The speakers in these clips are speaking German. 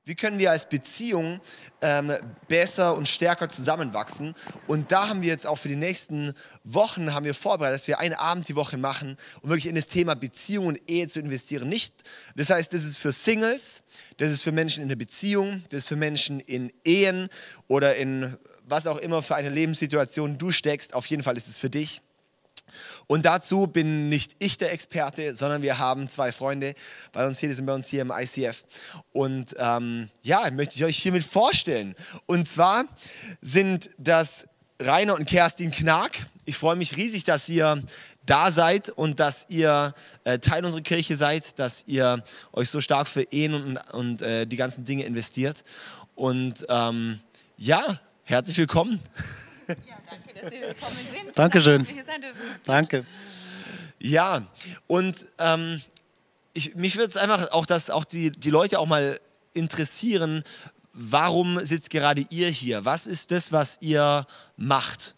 Wie können wir als Beziehung besser und stärker zusammenwachsen? Und da haben wir jetzt auch für die nächsten Wochen haben wir vorbereitet, dass wir einen Abend die Woche machen, um wirklich in das Thema Beziehung und Ehe zu investieren. Nicht, das heißt, das ist für Singles, das ist für Menschen in der Beziehung, das ist für Menschen in Ehen oder in was auch immer für eine Lebenssituation du steckst. Auf jeden Fall ist es für dich. Und dazu bin nicht ich der Experte, sondern wir haben zwei Freunde bei uns hier, die sind bei uns hier im ICF. Und ja, möchte ich euch hiermit vorstellen. Und zwar sind das Rainer und Kerstin Knag. Ich freue mich riesig, dass ihr da seid und dass ihr Teil unserer Kirche seid, dass ihr euch so stark für Ehen und die ganzen Dinge investiert. Und ja, herzlich willkommen. Ja, danke, dass wir gekommen sind. Dankeschön. Dass wir hier sein dürfen. Danke. Ja, und mich würde es einfach auch, dass auch die Leute auch mal interessieren, warum sitzt gerade ihr hier? Was ist das, was ihr macht?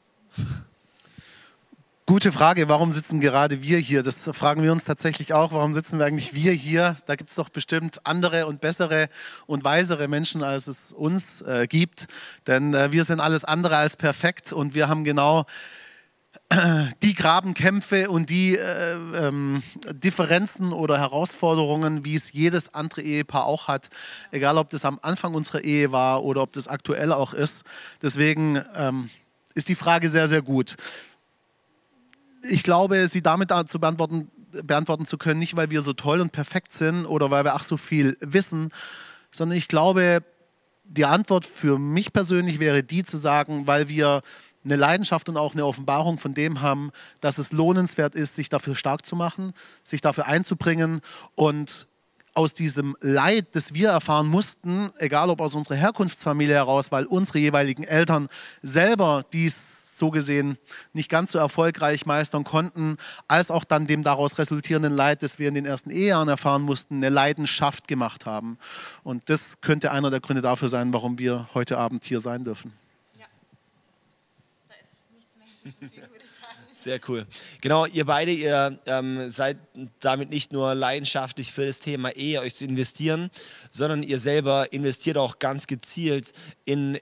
Gute Frage, warum sitzen gerade wir hier? Das fragen wir uns tatsächlich auch. Warum sitzen wir eigentlich wir hier? Da gibt es doch bestimmt andere und bessere und weisere Menschen, als es uns gibt. Denn wir sind alles andere als perfekt und wir haben genau die Grabenkämpfe und die Differenzen oder Herausforderungen, wie es jedes andere Ehepaar auch hat. Egal, ob das am Anfang unserer Ehe war oder ob das aktuell auch ist. Deswegen ist die Frage sehr, sehr gut. Ich glaube, sie damit zu beantworten zu können, nicht weil wir so toll und perfekt sind oder weil wir ach so viel wissen, sondern ich glaube, die Antwort für mich persönlich wäre die zu sagen, weil wir eine Leidenschaft und auch eine Offenbarung von dem haben, dass es lohnenswert ist, sich dafür stark zu machen, sich dafür einzubringen und aus diesem Leid, das wir erfahren mussten, egal ob aus unserer Herkunftsfamilie heraus, weil unsere jeweiligen Eltern selber dies so gesehen nicht ganz so erfolgreich meistern konnten, als auch dann dem daraus resultierenden Leid, das wir in den ersten Ehejahren erfahren mussten, eine Leidenschaft gemacht haben. Und das könnte einer der Gründe dafür sein, warum wir heute Abend hier sein dürfen. Ja, da ist nichts mehr hinzuzufügen, würde ich sagen. Sehr cool. Genau, ihr beide, ihr seid damit nicht nur leidenschaftlich für das Thema Ehe, euch zu investieren, sondern ihr selber investiert auch ganz gezielt in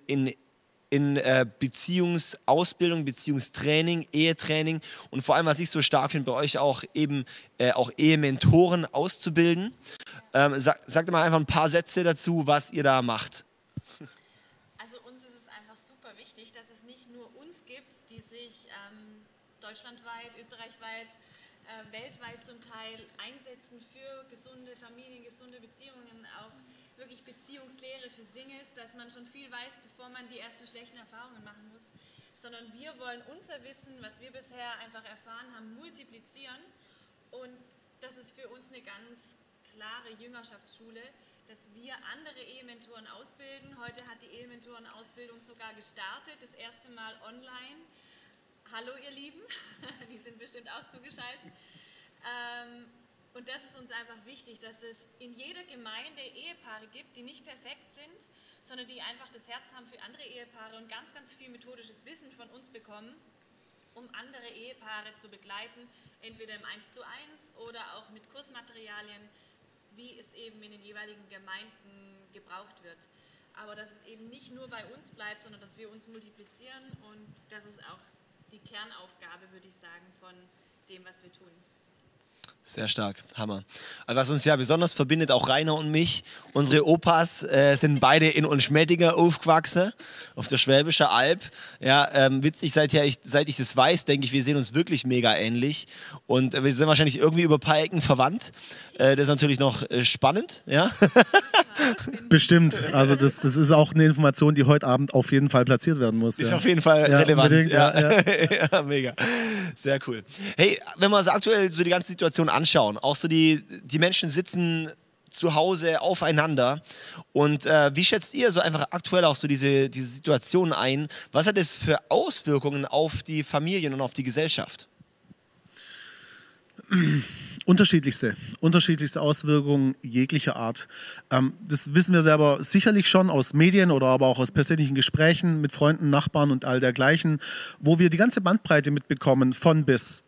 Beziehungsausbildung, Beziehungstraining, Ehetraining und vor allem, was ich so stark finde, bei euch auch eben auch Ehementoren auszubilden. Sagt mal einfach ein paar Sätze dazu, was ihr da macht. Also uns ist es einfach super wichtig, dass es nicht nur uns gibt, die sich deutschlandweit, österreichweit, weltweit zum Teil einsetzen für gesunde Familien, gesunde Beziehungen, auch wirklich Beziehungslehre für Singles, dass man schon viel weiß, bevor man die ersten schlechten Erfahrungen machen muss, sondern wir wollen unser Wissen, was wir bisher einfach erfahren haben, multiplizieren und das ist für uns eine ganz klare Jüngerschaftsschule, dass wir andere Ehementoren ausbilden. Heute hat die Ehementorenausbildung sogar gestartet, das erste Mal online. Hallo ihr Lieben, die sind bestimmt auch zugeschaltet. Und das ist uns einfach wichtig, dass es in jeder Gemeinde Ehepaare gibt, die nicht perfekt sind, sondern die einfach das Herz haben für andere Ehepaare und ganz, ganz viel methodisches Wissen von uns bekommen, um andere Ehepaare zu begleiten, entweder im 1:1 oder auch mit Kursmaterialien, wie es eben in den jeweiligen Gemeinden gebraucht wird. Aber dass es eben nicht nur bei uns bleibt, sondern dass wir uns multiplizieren und das ist auch die Kernaufgabe, würde ich sagen, von dem, was wir tun. Sehr stark, Hammer. Also was uns ja besonders verbindet, auch Rainer und mich, unsere Opas sind beide in Unschmettinger aufgewachsen, auf der Schwäbische Alb. Ja, witzig, seit ich das weiß, denke ich, wir sehen uns wirklich mega ähnlich und wir sind wahrscheinlich irgendwie über ein paar Ecken verwandt. Das ist natürlich noch spannend, ja. Bestimmt, also das ist auch eine Information, die heute Abend auf jeden Fall platziert werden muss. Ist ja. auf jeden Fall relevant. Ja. Ja, mega. Sehr cool. Hey, wenn wir uns aktuell so die ganze Situation anschauen, auch so die Menschen sitzen zu Hause aufeinander und wie schätzt ihr so einfach aktuell auch so diese Situation ein? Was hat es für Auswirkungen auf die Familien und auf die Gesellschaft? Unterschiedlichste Auswirkungen jeglicher Art. Das wissen wir selber sicherlich schon aus Medien oder aber auch aus persönlichen Gesprächen mit Freunden, Nachbarn und all dergleichen, wo wir die ganze Bandbreite mitbekommen, von bis.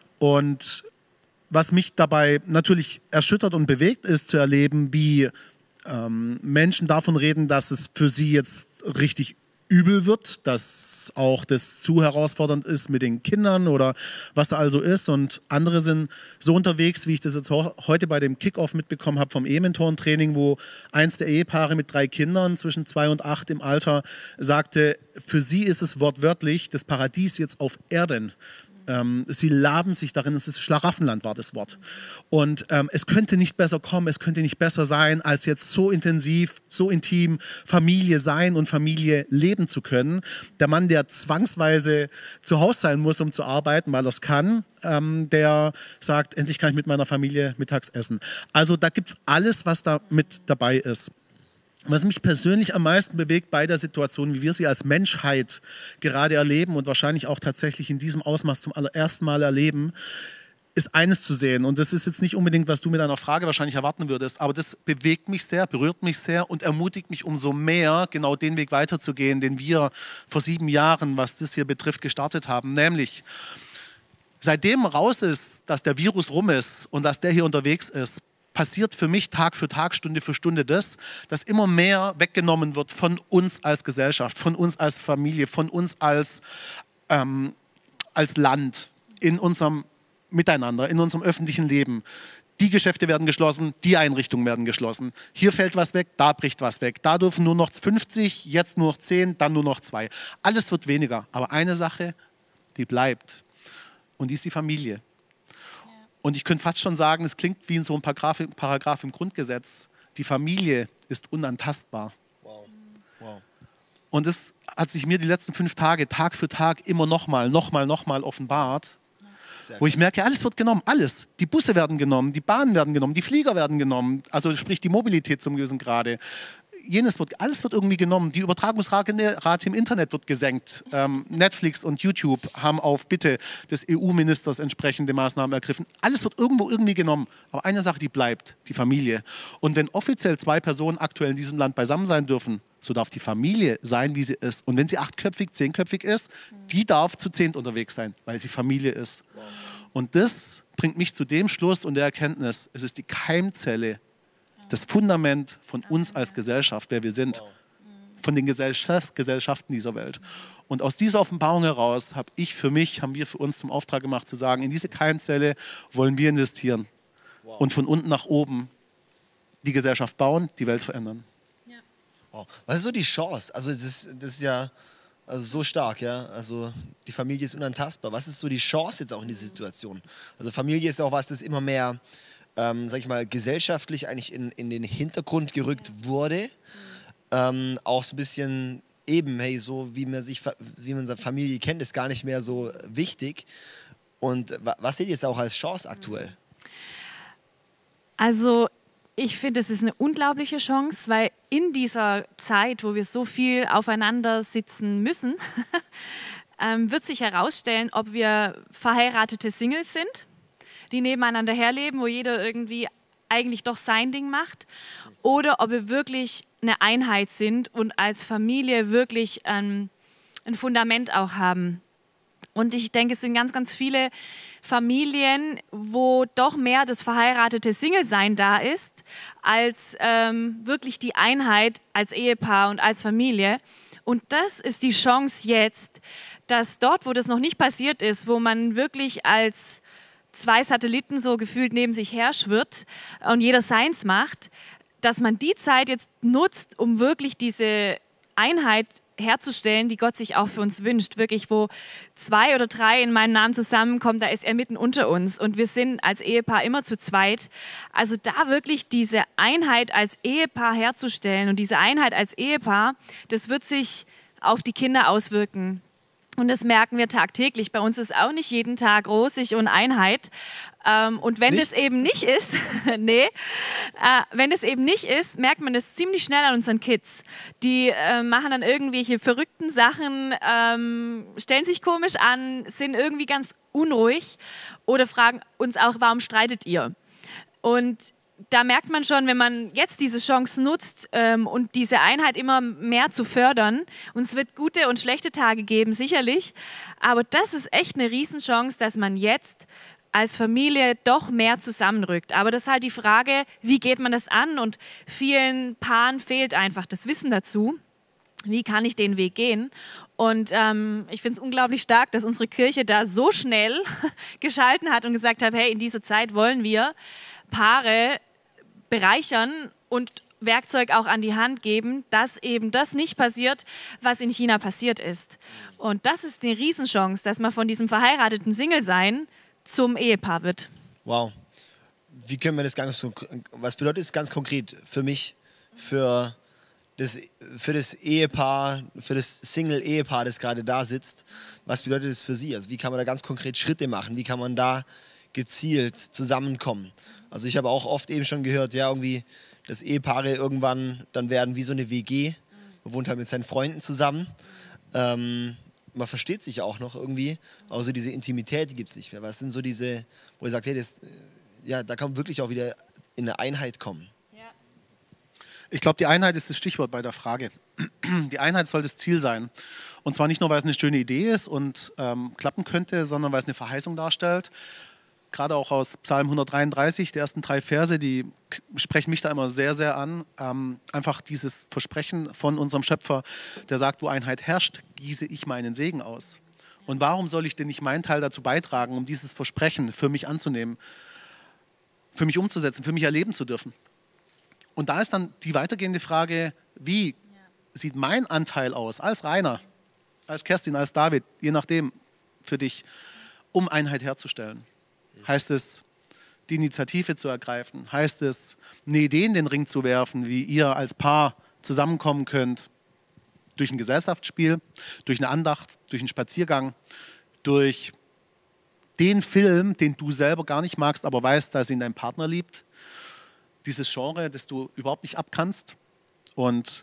Und was mich dabei natürlich erschüttert und bewegt ist, zu erleben, wie Menschen davon reden, dass es für sie jetzt richtig übel wird, dass auch das zu herausfordernd ist mit den Kindern oder was da also ist. Und andere sind so unterwegs, wie ich das jetzt heute bei dem Kickoff mitbekommen habe vom Ehementorentraining, wo eins der Ehepaare mit 3 Kindern zwischen 2 und 8 im Alter sagte, für sie ist es wortwörtlich das Paradies jetzt auf Erden. Sie laben sich darin, es ist Schlaraffenland, war das Wort. Und es könnte nicht besser kommen, es könnte nicht besser sein, als jetzt so intensiv, so intim Familie sein und Familie leben zu können. Der Mann, der zwangsweise zu Hause sein muss, um zu arbeiten, weil er es kann, der sagt, endlich kann ich mit meiner Familie mittags essen. Also da gibt es alles, was da mit dabei ist. Was mich persönlich am meisten bewegt bei der Situation, wie wir sie als Menschheit gerade erleben und wahrscheinlich auch tatsächlich in diesem Ausmaß zum allerersten Mal erleben, ist eines zu sehen. Und das ist jetzt nicht unbedingt, was du mit deiner Frage wahrscheinlich erwarten würdest, aber das bewegt mich sehr, berührt mich sehr und ermutigt mich umso mehr, genau den Weg weiterzugehen, den wir vor 7 Jahren, was das hier betrifft, gestartet haben. Nämlich, seitdem raus ist, dass der Virus rum ist und dass der hier unterwegs ist, passiert für mich Tag für Tag, Stunde für Stunde das, dass immer mehr weggenommen wird von uns als Gesellschaft, von uns als Familie, von uns als Land, in unserem Miteinander, in unserem öffentlichen Leben. Die Geschäfte werden geschlossen, die Einrichtungen werden geschlossen. Hier fällt was weg, da bricht was weg. Da dürfen nur noch 50, jetzt nur noch 10, dann nur noch 2. Alles wird weniger, aber eine Sache, die bleibt. Und die ist die Familie. Und ich könnte fast schon sagen, es klingt wie in so einem Paragraph im Grundgesetz. Die Familie ist unantastbar. Wow. Wow. Und das hat sich mir die letzten 5 Tage, Tag für Tag, immer nochmal offenbart. Wo ich merke, alles wird genommen, alles. Die Busse werden genommen, die Bahnen werden genommen, die Flieger werden genommen. Also sprich die Mobilität zum gewissen Grade. Alles wird irgendwie genommen. Die Übertragungsrate im Internet wird gesenkt. Netflix und YouTube haben auf Bitte des EU-Ministers entsprechende Maßnahmen ergriffen. Alles wird irgendwie genommen. Aber eine Sache, die bleibt, die Familie. Und wenn offiziell 2 Personen aktuell in diesem Land beisammen sein dürfen, so darf die Familie sein, wie sie ist. Und wenn sie 8-köpfig, 10-köpfig ist, die darf zu 10 unterwegs sein, weil sie Familie ist. Und das bringt mich zu dem Schluss und der Erkenntnis, es ist die Keimzelle, das Fundament von uns als Gesellschaft, wer wir sind, von den Gesellschaften dieser Welt. Und aus dieser Offenbarung heraus haben wir für uns zum Auftrag gemacht, zu sagen, in diese Keimzelle wollen wir investieren und von unten nach oben die Gesellschaft bauen, die Welt verändern. Ja. Wow. Was ist so die Chance? Also das ist ja so stark, ja. Also die Familie ist unantastbar. Was ist so die Chance jetzt auch in dieser Situation? Also Familie ist ja auch was, das immer mehr sag ich mal, gesellschaftlich eigentlich in den Hintergrund gerückt wurde. Auch so ein bisschen eben, hey, so wie man seine Familie kennt, ist gar nicht mehr so wichtig. Und was seht ihr jetzt auch als Chance aktuell? Also ich finde, es ist eine unglaubliche Chance, weil in dieser Zeit, wo wir so viel aufeinander sitzen müssen, wird sich herausstellen, ob wir verheiratete Singles sind, die nebeneinander herleben, wo jeder irgendwie eigentlich doch sein Ding macht, oder ob wir wirklich eine Einheit sind und als Familie wirklich ein Fundament auch haben. Und ich denke, es sind ganz, ganz viele Familien, wo doch mehr das verheiratete Single-Sein da ist, als wirklich die Einheit als Ehepaar und als Familie. Und das ist die Chance jetzt, dass dort, wo das noch nicht passiert ist, wo man wirklich als 2 Satelliten so gefühlt neben sich her schwirrt und jeder seins macht, dass man die Zeit jetzt nutzt, um wirklich diese Einheit herzustellen, die Gott sich auch für uns wünscht. Wirklich, wo 2 oder 3 in meinem Namen zusammenkommen, da ist er mitten unter uns und wir sind als Ehepaar immer zu zweit. Also da wirklich diese Einheit als Ehepaar herzustellen und diese Einheit als Ehepaar, das wird sich auf die Kinder auswirken. Und das merken wir tagtäglich. Bei uns ist auch nicht jeden Tag rosig und Einheit. Und wenn es eben nicht ist, wenn es eben nicht ist, merkt man das ziemlich schnell an unseren Kids. Die machen dann irgendwelche verrückten Sachen, stellen sich komisch an, sind irgendwie ganz unruhig oder fragen uns auch, warum streitet ihr? Und da merkt man schon, wenn man jetzt diese Chance nutzt und diese Einheit immer mehr zu fördern, und es wird gute und schlechte Tage geben, sicherlich, aber das ist echt eine Riesenchance, dass man jetzt als Familie doch mehr zusammenrückt. Aber das ist halt die Frage, wie geht man das an? Und vielen Paaren fehlt einfach das Wissen dazu. Wie kann ich den Weg gehen? Und ich finde es unglaublich stark, dass unsere Kirche da so schnell geschalten hat und gesagt hat, hey, in dieser Zeit wollen wir Paare bereichern und Werkzeug auch an die Hand geben, dass eben das nicht passiert, was in China passiert ist. Und das ist eine Riesenchance, dass man von diesem verheirateten Single-Sein zum Ehepaar wird. Wow. Wie können wir das was bedeutet das ganz konkret für mich, für das Ehepaar, für das Single-Ehepaar, das gerade da sitzt? Was bedeutet das für Sie? Also wie kann man da ganz konkret Schritte machen? Wie kann man da gezielt zusammenkommen? Also ich habe auch oft eben schon gehört, ja, irgendwie, dass Ehepaare irgendwann dann werden wie so eine WG. Man wohnt halt mit seinen Freunden zusammen. Man versteht sich auch noch irgendwie, aber so diese Intimität, die gibt es nicht mehr. Was sind so diese, wo ihr sagt, hey, da kann man wirklich auch wieder in eine Einheit kommen? Ja. Ich glaube, die Einheit ist das Stichwort bei der Frage. Die Einheit soll das Ziel sein. Und zwar nicht nur, weil es eine schöne Idee ist und klappen könnte, sondern weil es eine Verheißung darstellt. Gerade auch aus Psalm 133, die ersten 3 Verse, die sprechen mich da immer sehr, sehr an. Einfach dieses Versprechen von unserem Schöpfer, der sagt, wo Einheit herrscht, gieße ich meinen Segen aus. Und warum soll ich denn nicht meinen Teil dazu beitragen, um dieses Versprechen für mich anzunehmen, für mich umzusetzen, für mich erleben zu dürfen? Und da ist dann die weitergehende Frage, wie sieht mein Anteil aus, als Rainer, als Kerstin, als David, je nachdem für dich, um Einheit herzustellen? Heißt es, die Initiative zu ergreifen? Heißt es, eine Idee in den Ring zu werfen, wie ihr als Paar zusammenkommen könnt? Durch ein Gesellschaftsspiel, durch eine Andacht, durch einen Spaziergang, durch den Film, den du selber gar nicht magst, aber weißt, dass ihn dein Partner liebt. Dieses Genre, das du überhaupt nicht abkannst. Und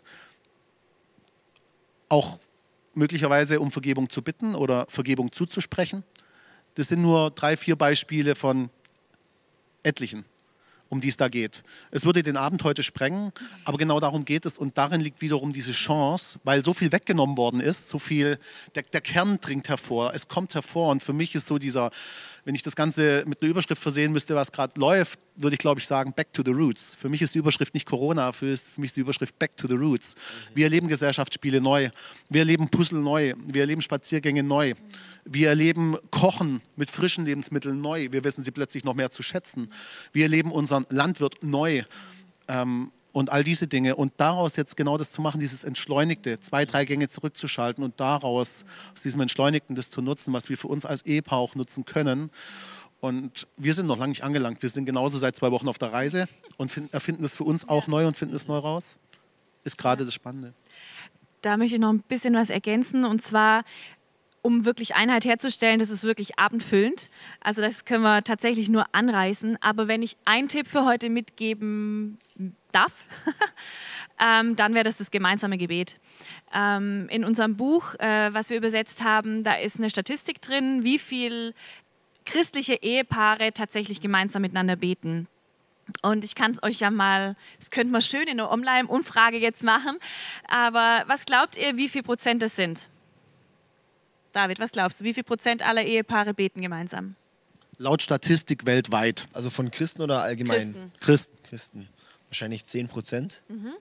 auch möglicherweise um Vergebung zu bitten oder Vergebung zuzusprechen. Das sind nur 3, 4 Beispiele von etlichen, um die es da geht. Es würde den Abend heute sprengen, aber genau darum geht es und darin liegt wiederum diese Chance, weil so viel weggenommen worden ist, so viel, der Kern dringt hervor, es kommt hervor und für mich ist so dieser, wenn ich das Ganze mit einer Überschrift versehen müsste, was gerade läuft, würde ich glaube ich sagen, Back to the Roots. Für mich ist die Überschrift nicht Corona, für mich ist die Überschrift Back to the Roots. Wir erleben Gesellschaftsspiele neu, wir erleben Puzzle neu, wir erleben Spaziergänge neu, wir erleben Kochen mit frischen Lebensmitteln neu, wir wissen sie plötzlich noch mehr zu schätzen, wir erleben unseren Landwirt neu und all diese Dinge und daraus jetzt genau das zu machen, dieses Entschleunigte, 2, 3 Gänge zurückzuschalten und daraus, aus diesem Entschleunigten das zu nutzen, was wir für uns als Ehepaar auch nutzen können. Und wir sind noch lange nicht angelangt. Wir sind genauso seit 2 Wochen auf der Reise und erfinden es für uns auch neu und finden es neu raus. Ist gerade das Spannende. Da möchte ich noch ein bisschen was ergänzen und zwar, um wirklich Einheit herzustellen, das ist wirklich abendfüllend. Also das können wir tatsächlich nur anreißen. Aber wenn ich einen Tipp für heute mitgeben darf, dann wäre das gemeinsame Gebet. In unserem Buch, was wir übersetzt haben, da ist eine Statistik drin, wie viel christliche Ehepaare tatsächlich gemeinsam miteinander beten. Und ich kann es euch ja mal, das könnte man schön in einer Online-Umfrage jetzt machen, aber was glaubt ihr, wie viel Prozent das sind? David, was glaubst du, wie viel Prozent aller Ehepaare beten gemeinsam? Laut Statistik weltweit. Also von Christen oder allgemein? Christen. Wahrscheinlich 10%.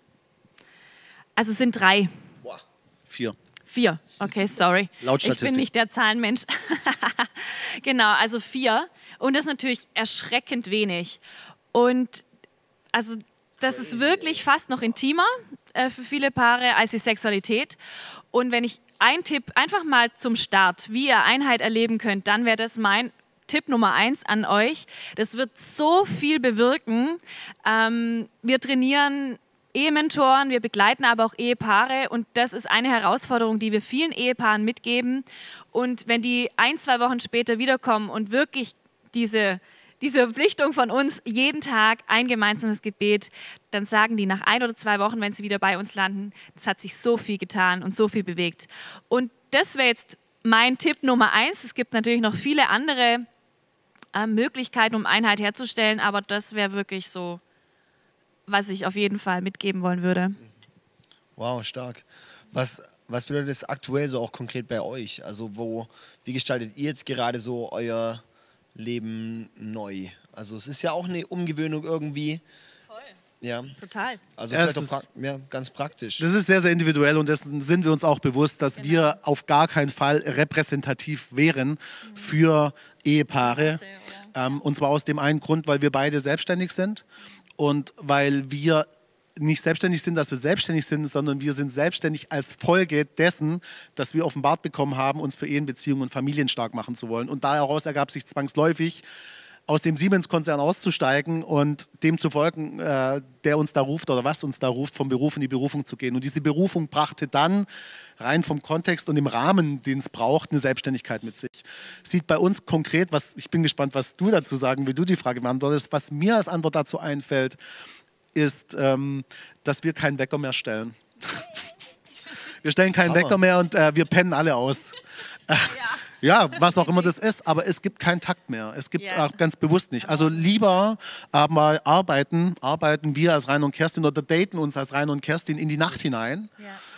Also es sind 3. Boah. 4. 4, okay, sorry. Laut Statistik. Ich bin nicht der Zahlenmensch. Genau, also 4. Und das ist natürlich erschreckend wenig. Und also das ist wirklich fast noch intimer für viele Paare als die Sexualität. Und wenn ich einen Tipp einfach mal zum Start, wie ihr Einheit erleben könnt, dann wäre das mein Tipp Nummer 1 an euch. Das wird so viel bewirken. Wir trainieren Ehementoren, wir begleiten aber auch Ehepaare und das ist eine Herausforderung, die wir vielen Ehepaaren mitgeben. Und wenn die 1, 2 Wochen später wiederkommen und wirklich diese Verpflichtung von uns, jeden Tag ein gemeinsames Gebet, dann sagen die nach 1 oder 2 Wochen, wenn sie wieder bei uns landen, das hat sich so viel getan und so viel bewegt. Und das wäre jetzt mein Tipp Nummer 1. Es gibt natürlich noch viele andere Möglichkeiten, um Einheit herzustellen, aber das wäre wirklich so, was ich auf jeden Fall mitgeben wollen würde. Wow, stark. Was bedeutet das aktuell so auch konkret bei euch? Also wie gestaltet ihr jetzt gerade so euer Leben neu. Also es ist ja auch eine Umgewöhnung irgendwie. Voll. Ja. Total. Also Ja, vielleicht auch ganz praktisch. Das ist sehr, sehr individuell und dessen sind wir uns auch bewusst, dass wir auf gar keinen Fall repräsentativ wären für Ehepaare. Und zwar aus dem einen Grund, weil wir beide selbstständig sind und weil wir nicht selbstständig sind, dass wir selbstständig sind, sondern wir sind selbstständig als Folge dessen, dass wir offenbart bekommen haben, uns für Ehen, Beziehungen und Familien stark machen zu wollen. Und daraus ergab sich zwangsläufig, aus dem Siemens-Konzern auszusteigen und dem zu folgen, der uns da ruft oder was uns da ruft, vom Beruf in die Berufung zu gehen. Und diese Berufung brachte dann rein vom Kontext und dem Rahmen, den es braucht, eine Selbstständigkeit mit sich. Sieht bei uns konkret, ich bin gespannt, was du dazu sagen, wie du die Frage beantwortest. Was mir als Antwort dazu einfällt, ist, dass wir keinen Wecker mehr stellen. Wir stellen keinen Wecker mehr und wir pennen alle aus. Ja, was auch immer das ist, aber es gibt keinen Takt mehr. Es gibt auch ganz bewusst nicht. Also lieber mal arbeiten wir als Rainer und Kerstin oder daten uns als Rainer und Kerstin in die Nacht hinein,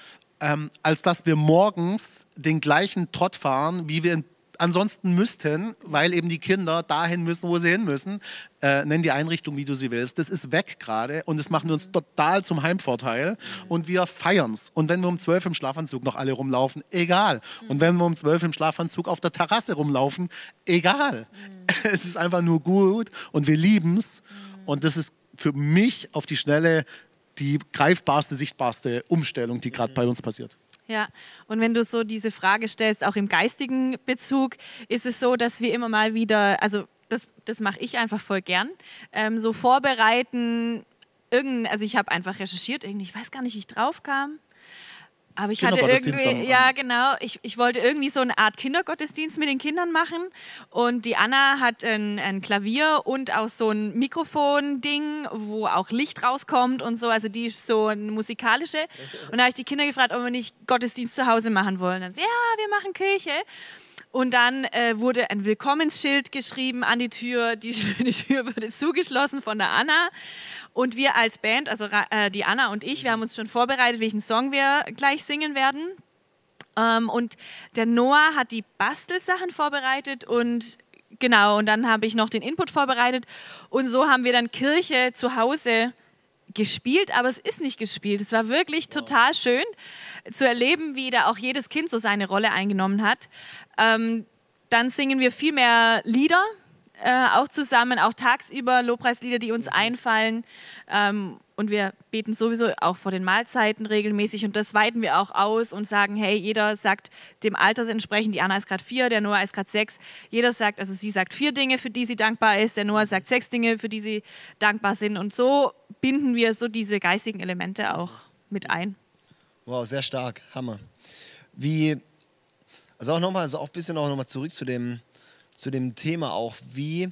als dass wir morgens den gleichen Trott fahren, wie wir ansonsten müssten, weil eben die Kinder dahin müssen, wo sie hin müssen. Nenn die Einrichtung, wie du sie willst. Das ist weg gerade und das machen wir uns total zum Heimvorteil und wir feiern es. Und wenn wir um 12 im Schlafanzug noch alle rumlaufen, egal. Und wenn wir um 12 im Schlafanzug auf der Terrasse rumlaufen, egal. Es ist einfach nur gut und wir lieben es. Und das ist für mich auf die Schnelle die greifbarste, sichtbarste Umstellung, die gerade bei uns passiert. Ja, und wenn du so diese Frage stellst, auch im geistigen Bezug, ist es so, dass wir immer mal wieder, also das mache ich einfach voll gern, so vorbereiten, also ich habe einfach recherchiert, ich weiß gar nicht, wie ich drauf kam. Aber ich hatte irgendwie, ja genau, ich wollte irgendwie so eine Art Kindergottesdienst mit den Kindern machen und die Anna hat ein Klavier und auch so ein Mikrofon-Ding, wo auch Licht rauskommt und so, also die ist so eine musikalische. Und da habe ich die Kinder gefragt, ob wir nicht Gottesdienst zu Hause machen wollen. Und dann, ja, wir machen Kirche. Und dann wurde ein Willkommensschild geschrieben an die Tür. Die Tür wurde zugeschlossen von der Anna. Und wir als Band, also die Anna und ich, wir haben uns schon vorbereitet, welchen Song wir gleich singen werden. Und der Noah hat die Bastelsachen vorbereitet und genau, und dann habe ich noch den Input vorbereitet. Und so haben wir dann Kirche zu Hause gespielt, aber es ist nicht gespielt. Es war wirklich total schön zu erleben, wie da auch jedes Kind so seine Rolle eingenommen hat. Dann singen wir viel mehr Lieder, auch zusammen, auch tagsüber Lobpreislieder, die uns einfallen. Und wir beten sowieso auch vor den Mahlzeiten regelmäßig und das weiten wir auch aus und sagen, hey, jeder sagt dem Alter entsprechend, die Anna ist gerade 4, der Noah ist gerade 6. Jeder sagt, also sie sagt 4 Dinge, für die sie dankbar ist, der Noah sagt 6 Dinge, für die sie dankbar sind. Und so binden wir so diese geistigen Elemente auch mit ein. Wow, sehr stark, Hammer. Also auch ein bisschen nochmal zurück zu dem Thema auch, wie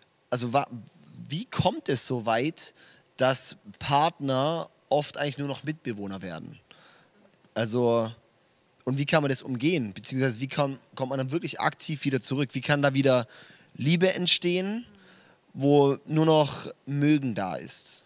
kommt es so weit, dass Partner oft eigentlich nur noch Mitbewohner werden? Also, und wie kann man das umgehen? Beziehungsweise wie kommt man dann wirklich aktiv wieder zurück? Wie kann da wieder Liebe entstehen, wo nur noch Mögen da ist?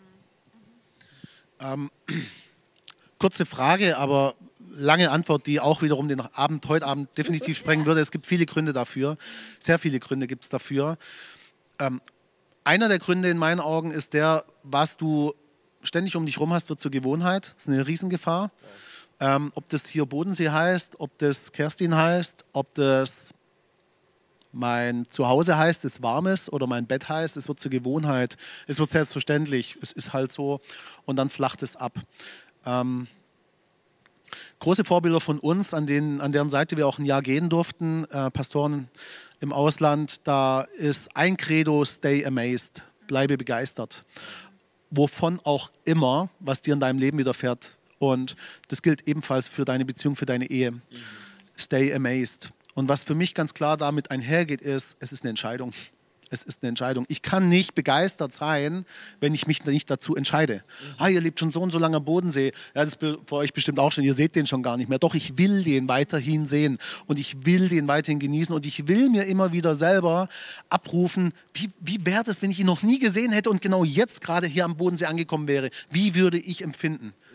Kurze Frage, aber lange Antwort, die auch wiederum den heute Abend definitiv sprengen würde. Es gibt viele Gründe dafür. Sehr viele Gründe gibt es dafür. Einer der Gründe in meinen Augen ist der, was du ständig um dich rum hast, wird zur Gewohnheit. Das ist eine Riesengefahr. Ob das hier Bodensee heißt, ob das Kerstin heißt, ob das mein Zuhause heißt, es warm ist, oder mein Bett heißt, es wird zur Gewohnheit. Es wird selbstverständlich. Es ist halt so. Und dann flacht es ab. Große Vorbilder von uns, an deren Seite wir auch ein Jahr gehen durften, Pastoren im Ausland, da ist ein Credo, stay amazed, bleibe begeistert. Wovon auch immer, was dir in deinem Leben widerfährt. Und das gilt ebenfalls für deine Beziehung, für deine Ehe. Stay amazed. Und was für mich ganz klar damit einhergeht, ist, es ist eine Entscheidung. Es ist eine Entscheidung. Ich kann nicht begeistert sein, wenn ich mich nicht dazu entscheide. Ihr lebt schon so und so lange am Bodensee. Ja, das ist für euch bestimmt auch schon. Ihr seht den schon gar nicht mehr. Doch, ich will den weiterhin sehen. Und ich will den weiterhin genießen. Und ich will mir immer wieder selber abrufen, wie wäre das, wenn ich ihn noch nie gesehen hätte und genau jetzt gerade hier am Bodensee angekommen wäre? Wie würde ich empfinden?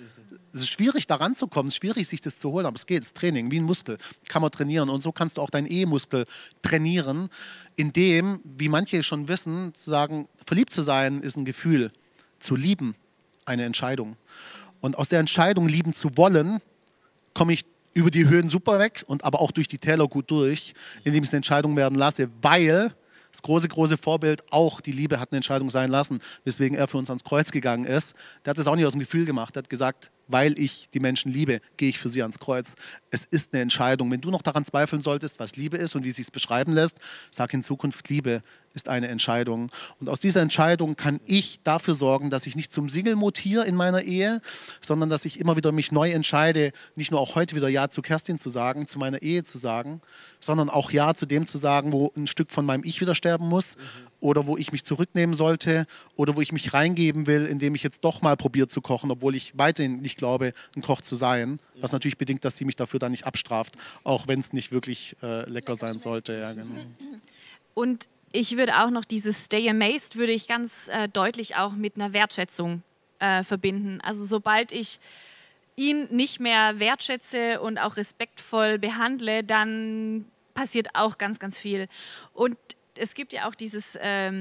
es ist schwierig, da ranzukommen, es ist schwierig, sich das zu holen, aber es geht, es ist Training, wie ein Muskel, kann man trainieren. Und so kannst du auch deinen Ehemuskel trainieren, indem, wie manche schon wissen, zu sagen, verliebt zu sein ist ein Gefühl, zu lieben eine Entscheidung. Und aus der Entscheidung, lieben zu wollen, komme ich über die Höhen super weg und aber auch durch die Täler gut durch, indem ich es eine Entscheidung werden lasse, weil das große Vorbild auch die Liebe hat eine Entscheidung sein lassen, weswegen er für uns ans Kreuz gegangen ist. Der hat das auch nicht aus dem Gefühl gemacht. Er hat gesagt, weil ich die Menschen liebe, gehe ich für sie ans Kreuz. Es ist eine Entscheidung. Wenn du noch daran zweifeln solltest, was Liebe ist und wie es sich beschreiben lässt, sag in Zukunft, Liebe ist eine Entscheidung. Und aus dieser Entscheidung kann ich dafür sorgen, dass ich nicht zum Single mutiere in meiner Ehe, sondern dass ich immer wieder mich neu entscheide, nicht nur auch heute wieder Ja zu Kerstin zu sagen, zu meiner Ehe zu sagen, sondern auch Ja zu dem zu sagen, wo ein Stück von meinem Ich wieder sterben muss oder wo ich mich zurücknehmen sollte oder wo ich mich reingeben will, indem ich jetzt doch mal probiere zu kochen, obwohl ich weiterhin nicht glaube, ein Koch zu sein. Was natürlich bedingt, dass sie mich dafür dann nicht abstraft, auch wenn es nicht wirklich lecker sein sollte. Ja, genau. Und ich würde auch noch dieses Stay Amazed, würde ich ganz deutlich auch mit einer Wertschätzung verbinden. Also sobald ich ihn nicht mehr wertschätze und auch respektvoll behandle, dann passiert auch ganz, ganz viel. Und es gibt ja auch dieses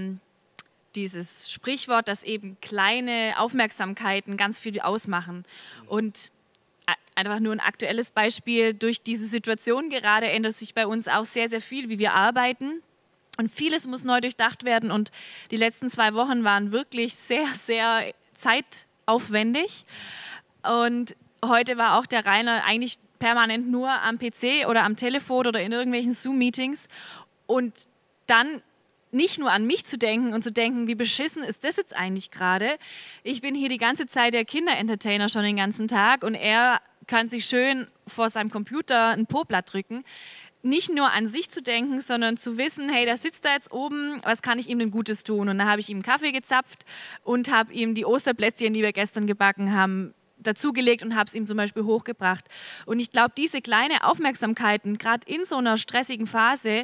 Sprichwort, dass eben kleine Aufmerksamkeiten ganz viel ausmachen. Und einfach nur ein aktuelles Beispiel, durch diese Situation gerade ändert sich bei uns auch sehr, sehr viel, wie wir arbeiten. Und vieles muss neu durchdacht werden. Und die letzten 2 Wochen waren wirklich sehr, sehr zeitaufwendig. Und heute war auch der Rainer eigentlich permanent nur am PC oder am Telefon oder in irgendwelchen Zoom-Meetings. Und dann nicht nur an mich zu denken und zu denken, wie beschissen ist das jetzt eigentlich gerade. Ich bin hier die ganze Zeit der Kinderentertainer schon den ganzen Tag und er kann sich schön vor seinem Computer ein Po-Blatt drücken. Nicht nur an sich zu denken, sondern zu wissen, hey, der sitzt da jetzt oben, was kann ich ihm denn Gutes tun? Und dann habe ich ihm einen Kaffee gezapft und habe ihm die Osterplätzchen, die wir gestern gebacken haben, dazugelegt und habe es ihm zum Beispiel hochgebracht. Und ich glaube, diese kleinen Aufmerksamkeiten, gerade in so einer stressigen Phase,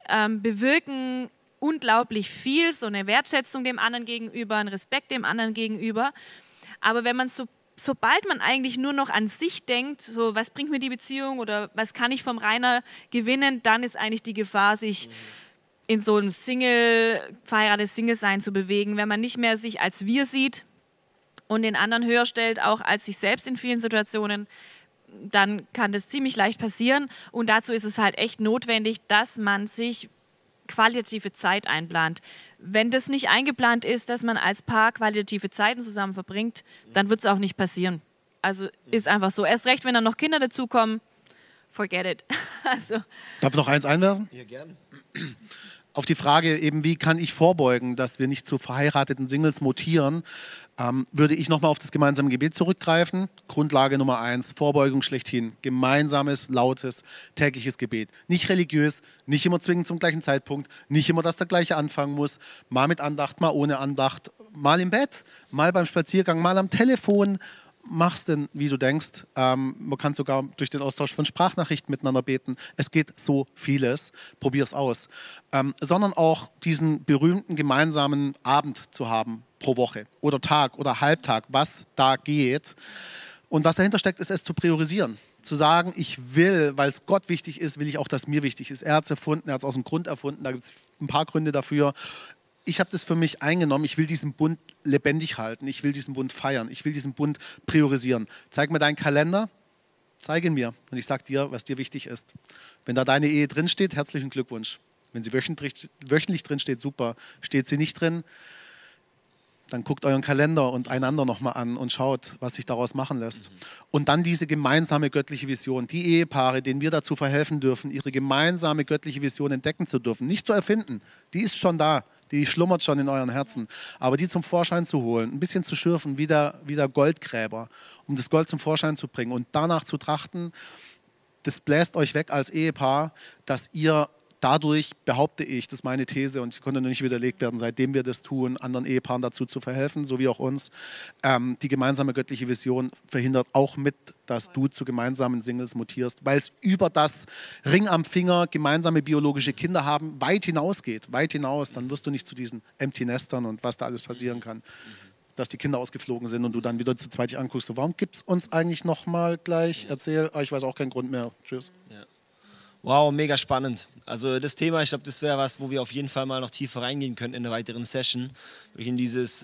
bewirken unglaublich viel, so eine Wertschätzung dem anderen gegenüber, ein Respekt dem anderen gegenüber. Aber wenn man sobald man eigentlich nur noch an sich denkt, so was bringt mir die Beziehung oder was kann ich vom Rainer gewinnen, dann ist eigentlich die Gefahr, sich in so ein verheiratetes Single-Sein zu bewegen, wenn man nicht mehr sich als wir sieht und den anderen höher stellt, auch als sich selbst in vielen Situationen, dann kann das ziemlich leicht passieren. Und dazu ist es halt echt notwendig, dass man sich qualitative Zeit einplant. Wenn das nicht eingeplant ist, dass man als Paar qualitative Zeiten zusammen verbringt, dann wird es auch nicht passieren. Also ist einfach so. Erst recht, wenn dann noch Kinder dazukommen, forget it. Also. Darf ich noch eins einwerfen? Ja, gern. Auf die Frage eben, wie kann ich vorbeugen, dass wir nicht zu verheirateten Singles mutieren, würde ich nochmal auf das gemeinsame Gebet zurückgreifen. Grundlage Nummer 1, Vorbeugung schlechthin. Gemeinsames, lautes, tägliches Gebet. Nicht religiös, nicht immer zwingend zum gleichen Zeitpunkt, nicht immer, dass der gleiche anfangen muss. Mal mit Andacht, mal ohne Andacht, mal im Bett, mal beim Spaziergang, mal am Telefon. Mach's denn, wie du denkst. Man kann sogar durch den Austausch von Sprachnachrichten miteinander beten. Es geht so vieles. Probier's aus. Sondern auch diesen berühmten gemeinsamen Abend zu haben pro Woche oder Tag oder Halbtag, was da geht. Und was dahinter steckt, ist es zu priorisieren. Zu sagen, ich will, weil es Gott wichtig ist, will ich auch, dass mir wichtig ist. Er hat es erfunden, er hat es aus dem Grund erfunden. Da gibt es ein paar Gründe dafür. Ich habe das für mich eingenommen, ich will diesen Bund lebendig halten, ich will diesen Bund feiern, ich will diesen Bund priorisieren. Zeig mir deinen Kalender, zeige ihn mir und ich sage dir, was dir wichtig ist. Wenn da deine Ehe drinsteht, herzlichen Glückwunsch. Wenn sie wöchentlich drinsteht, super. Steht sie nicht drin, dann guckt euren Kalender und einander nochmal an und schaut, was sich daraus machen lässt. Und dann diese gemeinsame göttliche Vision, die Ehepaare, denen wir dazu verhelfen dürfen, ihre gemeinsame göttliche Vision entdecken zu dürfen, nicht zu erfinden, die ist schon da. Die schlummert schon in euren Herzen. Aber die zum Vorschein zu holen, ein bisschen zu schürfen, wie der Goldgräber, um das Gold zum Vorschein zu bringen und danach zu trachten, das bläst euch weg als Ehepaar, dass ihr dadurch, behaupte ich, das ist meine These und sie konnte noch nicht widerlegt werden, seitdem wir das tun, anderen Ehepaaren dazu zu verhelfen, so wie auch uns, die gemeinsame göttliche Vision verhindert auch mit, dass du zu gemeinsamen Singles mutierst, weil es über das Ring am Finger, gemeinsame biologische Kinder haben, weit hinausgeht, weit hinaus, dann wirst du nicht zu diesen Empty Nestern und was da alles passieren kann. dass die Kinder ausgeflogen sind und du dann wieder zu zweit dich anguckst. So, warum gibt es uns eigentlich nochmal gleich? Erzähl, ich weiß auch keinen Grund mehr. Tschüss. Ja. Wow, mega spannend. Also das Thema, ich glaube, das wäre was, wo wir auf jeden Fall mal noch tiefer reingehen könnten in einer weiteren Session. Wirklich in dieses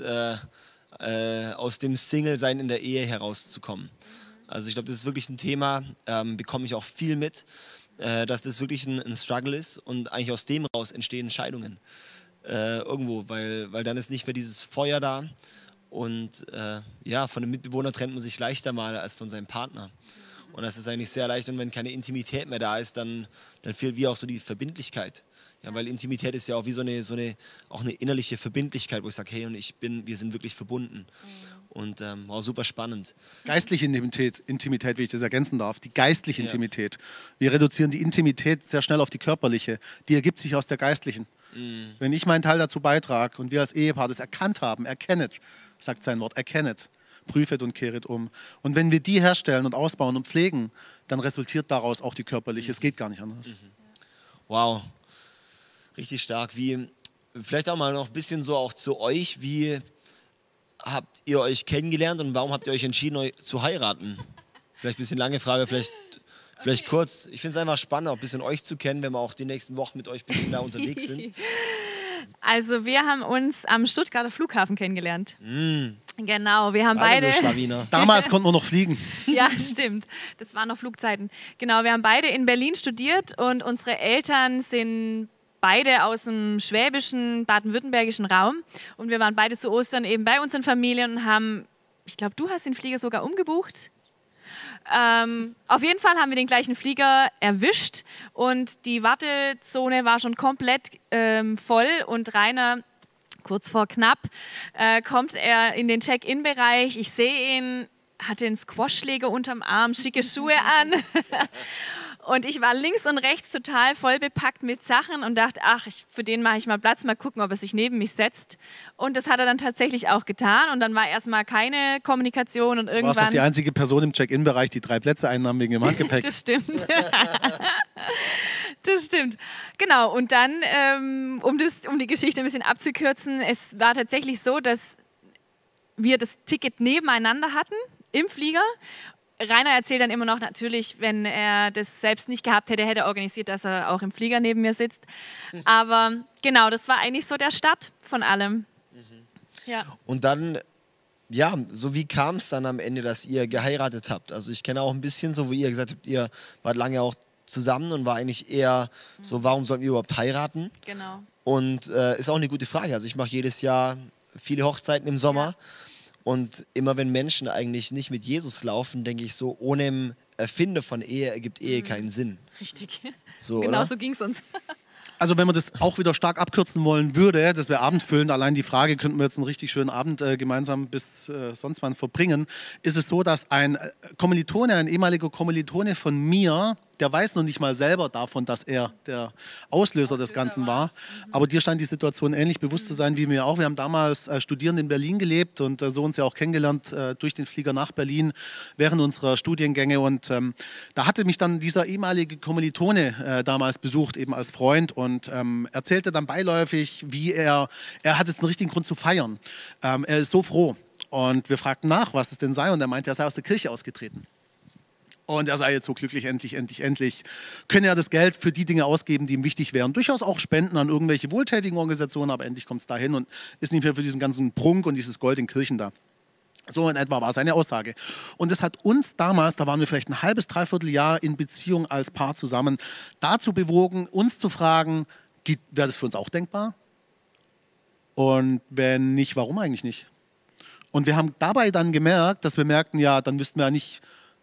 aus dem Single-Sein in der Ehe herauszukommen. Also ich glaube, das ist wirklich ein Thema, bekomme ich auch viel mit, dass das wirklich ein Struggle ist und eigentlich aus dem raus entstehen Scheidungen. Irgendwo, weil dann ist nicht mehr dieses Feuer da und ja, von dem Mitbewohner trennt man sich leichter mal als von seinem Partner. Und das ist eigentlich sehr leicht und wenn keine Intimität mehr da ist, dann fehlt wie auch so die Verbindlichkeit. Ja, weil Intimität ist ja auch wie so eine innerliche Verbindlichkeit, wo ich sage, hey und wir sind wirklich verbunden. Und wow, super spannend. Geistliche Intimität, wie ich das ergänzen darf, die geistliche Intimität. Wir reduzieren die Intimität sehr schnell auf die körperliche. Die ergibt sich aus der geistlichen. Wenn ich meinen Teil dazu beitrage und wir als Ehepaar das erkannt haben, erkennet, sagt sein Wort, erkennet, prüfet und kehret um. Und wenn wir die herstellen und ausbauen und pflegen, dann resultiert daraus auch die körperliche. Es geht gar nicht anders. Wow, richtig stark. Vielleicht auch mal noch ein bisschen so auch zu euch, wie habt ihr euch kennengelernt und warum habt ihr euch entschieden, euch zu heiraten? Vielleicht ein bisschen lange Frage, vielleicht kurz. Ich finde es einfach spannend, auch ein bisschen euch zu kennen, wenn wir auch die nächsten Wochen mit euch ein bisschen da unterwegs sind. Also wir haben uns am Stuttgarter Flughafen kennengelernt. Genau, wir haben beide... Damals konnten wir noch fliegen. Ja, stimmt. Das waren noch Flugzeiten. Genau, wir haben beide in Berlin studiert und unsere Eltern sind beide aus dem schwäbischen, baden-württembergischen Raum. Und wir waren beide zu Ostern eben bei unseren Familien und haben, ich glaube, du hast den Flieger sogar umgebucht. Auf jeden Fall haben wir den gleichen Flieger erwischt und die Wartezone war schon komplett voll und Rainer, kurz vor knapp, kommt er in den Check-in-Bereich. Ich sehe ihn, hatte einen Squashschläger unterm Arm, schicke Schuhe an. Und ich war links und rechts total voll bepackt mit Sachen und dachte, ach, für den mache ich mal Platz, mal gucken, ob er sich neben mich setzt. Und das hat er dann tatsächlich auch getan. Und dann war erstmal keine Kommunikation und irgendwann... Du warst doch die einzige Person im Check-in-Bereich, die 3 Plätze einnahm wegen dem Handgepäck. Das stimmt. Das stimmt. Genau, und dann, um die Geschichte ein bisschen abzukürzen, es war tatsächlich so, dass wir das Ticket nebeneinander hatten im Flieger. Rainer erzählt dann immer noch, natürlich, wenn er das selbst nicht gehabt hätte, hätte er organisiert, dass er auch im Flieger neben mir sitzt. Aber genau, das war eigentlich so der Start von allem. Ja. Und dann, ja, so wie kam es dann am Ende, dass ihr geheiratet habt? Also ich kenne auch ein bisschen so, wie ihr gesagt habt, ihr wart lange auch zusammen und war eigentlich eher so, warum sollten wir überhaupt heiraten? Genau. Und ist auch eine gute Frage. Also ich mache jedes Jahr viele Hochzeiten im Sommer. Ja. Und immer wenn Menschen eigentlich nicht mit Jesus laufen, denke ich so, ohne dem Erfinder von Ehe ergibt Ehe keinen Sinn. Richtig. So, genau oder? So ging es uns. Also wenn man das auch wieder stark abkürzen wollen würde, das wäre abendfüllend, allein die Frage, könnten wir jetzt einen richtig schönen Abend gemeinsam bis sonst wann verbringen, ist es so, dass ein Kommilitone, ein ehemaliger Kommilitone von mir, der weiß noch nicht mal selber davon, dass er der Auslöser des Ganzen war. Aber dir scheint die Situation ähnlich bewusst zu sein wie mir auch. Wir haben damals studierend in Berlin gelebt und so uns ja auch kennengelernt durch den Flieger nach Berlin während unserer Studiengänge. Und da hatte mich dann dieser ehemalige Kommilitone damals besucht, eben als Freund, und erzählte dann beiläufig, wie er hat jetzt einen richtigen Grund zu feiern. Er ist so froh. Und wir fragten nach, was es denn sei. Und er meinte, er sei aus der Kirche ausgetreten. Und er sei jetzt so glücklich, endlich könne er das Geld für die Dinge ausgeben, die ihm wichtig wären. Durchaus auch Spenden an irgendwelche wohltätigen Organisationen, aber endlich kommt es dahin und ist nicht mehr für diesen ganzen Prunk und dieses Gold in Kirchen da. So in etwa war seine Aussage. Und das hat uns damals, da waren wir vielleicht ein halbes, dreiviertel Jahr in Beziehung als Paar zusammen, dazu bewogen, uns zu fragen, wäre das für uns auch denkbar? Und wenn nicht, warum eigentlich nicht? Und wir haben dabei dann gemerkt, dass wir merkten, ja, dann wüssten wir ja nicht,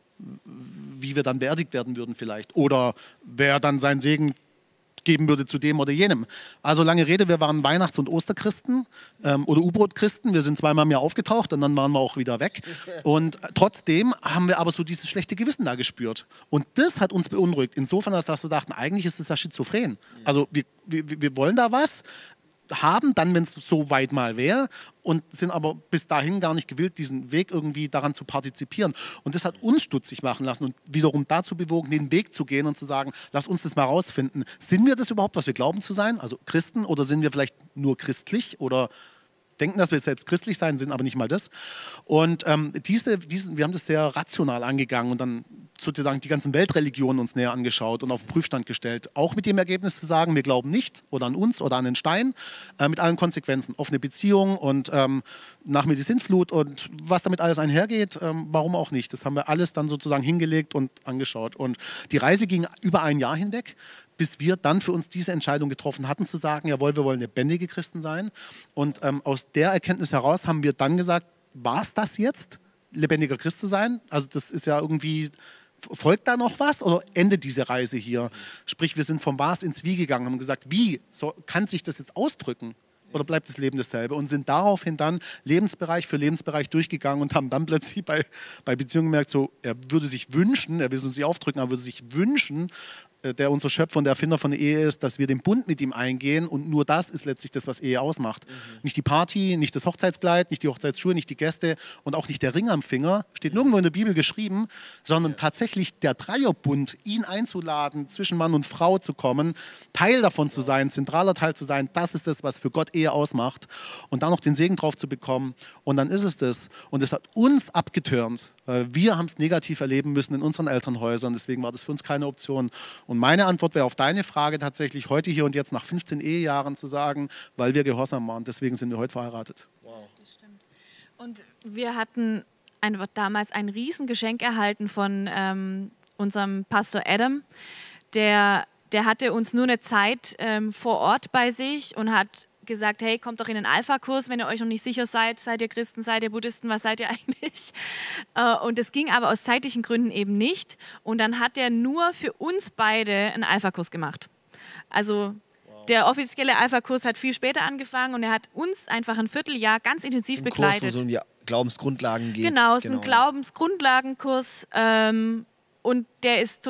wie wir dann beerdigt werden würden vielleicht. Oder wer dann seinen Segen geben würde zu dem oder jenem. Also lange Rede, wir waren Weihnachts- und Osterchristen oder U-Boot-Christen. Wir sind zweimal im Jahr aufgetaucht und dann waren wir auch wieder weg. Und trotzdem haben wir aber so dieses schlechte Gewissen da gespürt. Und das hat uns beunruhigt. Insofern, dass wir dachten, eigentlich ist das ja schizophren. Also wir wollen da was haben, dann, wenn es so weit mal wäre, und sind aber bis dahin gar nicht gewillt, diesen Weg irgendwie daran zu partizipieren. Und das hat uns stutzig machen lassen und wiederum dazu bewogen, den Weg zu gehen und zu sagen, lass uns das mal rausfinden. Sind wir das überhaupt, was wir glauben zu sein, also Christen, oder sind wir vielleicht nur christlich oder denken, dass wir selbst christlich sein, sind aber nicht mal das. Und wir haben das sehr rational angegangen und dann sozusagen die ganzen Weltreligionen uns näher angeschaut und auf den Prüfstand gestellt. Auch mit dem Ergebnis zu sagen, wir glauben nicht oder an uns oder an den Stein, mit allen Konsequenzen. Offene Beziehung und nach mir die Sintflut und was damit alles einhergeht, warum auch nicht. Das haben wir alles dann sozusagen hingelegt und angeschaut. Und die Reise ging über ein Jahr hinweg, bis wir dann für uns diese Entscheidung getroffen hatten, zu sagen, jawohl, wir wollen lebendige Christen sein. Und aus der Erkenntnis heraus haben wir dann gesagt, war es das jetzt, lebendiger Christ zu sein? Also das ist ja irgendwie, folgt da noch was oder endet diese Reise hier? Sprich, wir sind vom Was ins Wie gegangen, haben gesagt, wie kann sich das jetzt ausdrücken? Oder bleibt das Leben dasselbe? Und sind daraufhin dann Lebensbereich für Lebensbereich durchgegangen und haben dann plötzlich bei Beziehungen gemerkt, so, er würde sich wünschen, er will es uns nicht aufdrücken, aber würde sich wünschen, der unser Schöpfer und der Erfinder von der Ehe ist, dass wir den Bund mit ihm eingehen und nur das ist letztlich das, was Ehe ausmacht. Nicht die Party, nicht das Hochzeitskleid, nicht die Hochzeitsschuhe, nicht die Gäste und auch nicht der Ring am Finger, steht nirgendwo in der Bibel geschrieben, sondern tatsächlich der Dreierbund, ihn einzuladen, zwischen Mann und Frau zu kommen, Teil davon zu sein, zentraler Teil zu sein, das ist das, was für Gott Ehe ausmacht und dann noch den Segen drauf zu bekommen und dann ist es das. Und es hat uns abgetürnt. Wir haben es negativ erleben müssen in unseren Elternhäusern, deswegen war das für uns keine Option. Und meine Antwort wäre auf deine Frage tatsächlich heute hier und jetzt nach 15 Ehejahren zu sagen, weil wir gehorsam waren, deswegen sind wir heute verheiratet. Wow. Das stimmt. Und wir hatten damals ein Riesengeschenk erhalten von unserem Pastor Adam. Der hatte uns nur eine Zeit vor Ort bei sich und hat gesagt, hey, kommt doch in den Alpha-Kurs, wenn ihr euch noch nicht sicher seid, seid ihr Christen, seid ihr Buddhisten, was seid ihr eigentlich? Und das ging aber aus zeitlichen Gründen eben nicht. Und dann hat er nur für uns beide einen Alpha-Kurs gemacht. Also der offizielle Alpha-Kurs hat viel später angefangen und er hat uns einfach ein Vierteljahr ganz intensiv begleitet. Kurs, wo es um die Glaubensgrundlagen geht. Genau, es ist ein Glaubensgrundlagenkurs und der ist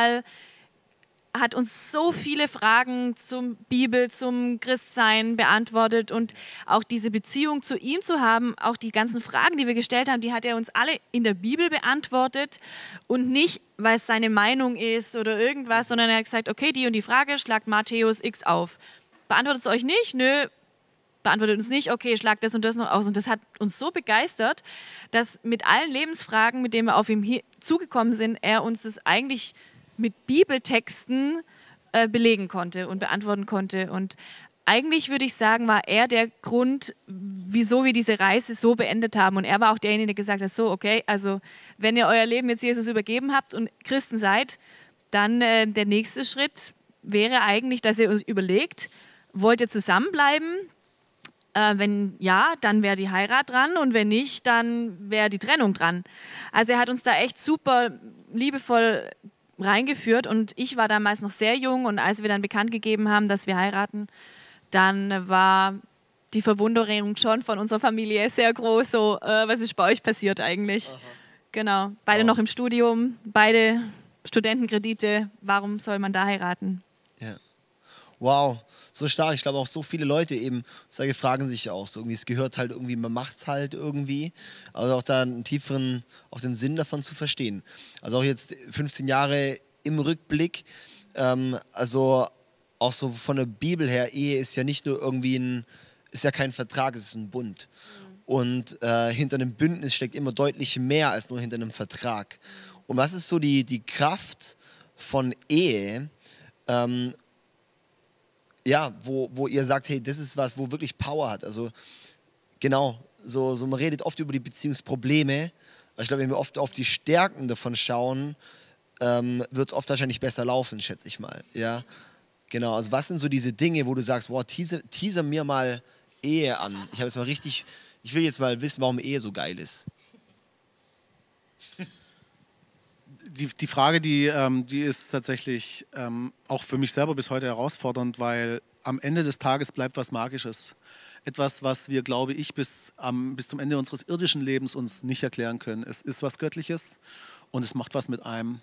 hat uns so viele Fragen zum Bibel, zum Christsein beantwortet und auch diese Beziehung zu ihm zu haben, auch die ganzen Fragen, die wir gestellt haben, die hat er uns alle in der Bibel beantwortet und nicht, weil es seine Meinung ist oder irgendwas, sondern er hat gesagt, okay, die und die Frage, schlagt Matthäus X auf. Beantwortet es euch nicht? Nö. Beantwortet uns nicht, okay, schlagt das und das noch aus. Und das hat uns so begeistert, dass mit allen Lebensfragen, mit denen wir auf ihn zugekommen sind, er uns das eigentlich mit Bibeltexten belegen konnte und beantworten konnte. Und eigentlich würde ich sagen, war er der Grund, wieso wir diese Reise so beendet haben. Und er war auch derjenige, der gesagt hat, so, okay, also wenn ihr euer Leben jetzt Jesus übergeben habt und Christen seid, dann der nächste Schritt wäre eigentlich, dass ihr uns überlegt, wollt ihr zusammenbleiben? Wenn ja, dann wäre die Heirat dran und wenn nicht, dann wäre die Trennung dran. Also er hat uns da echt super liebevoll reingeführt und ich war damals noch sehr jung und als wir dann bekannt gegeben haben, dass wir heiraten, dann war die Verwunderung schon von unserer Familie sehr groß, so, was ist bei euch passiert eigentlich? Aha. Genau, beide noch im Studium, beide Studentenkredite, warum soll man da heiraten? Ja. Wow, so stark. Ich glaube auch so viele Leute eben, fragen sich ja auch so, irgendwie, es gehört halt irgendwie, man macht es halt irgendwie. Also auch da einen tieferen, auch den Sinn davon zu verstehen. Also auch jetzt 15 Jahre im Rückblick, also auch so von der Bibel her, Ehe ist ja nicht nur irgendwie ist ja kein Vertrag, es ist ein Bund. Und hinter einem Bündnis steckt immer deutlich mehr als nur hinter einem Vertrag. Und was ist so die Kraft von Ehe, ja, wo ihr sagt, hey, das ist was, wo wirklich Power hat. Also genau, so man redet oft über die Beziehungsprobleme. Aber ich glaube, wenn wir oft auf die Stärken davon schauen, wird es oft wahrscheinlich besser laufen, schätze ich mal. Ja, genau. Also was sind so diese Dinge, wo du sagst, wow, teaser mir mal Ehe an. Ich will jetzt mal wissen, warum Ehe so geil ist. Die Frage, die ist tatsächlich auch für mich selber bis heute herausfordernd, weil am Ende des Tages bleibt was Magisches. Etwas, was wir, glaube ich, bis zum Ende unseres irdischen Lebens uns nicht erklären können. Es ist was Göttliches und es macht was mit einem.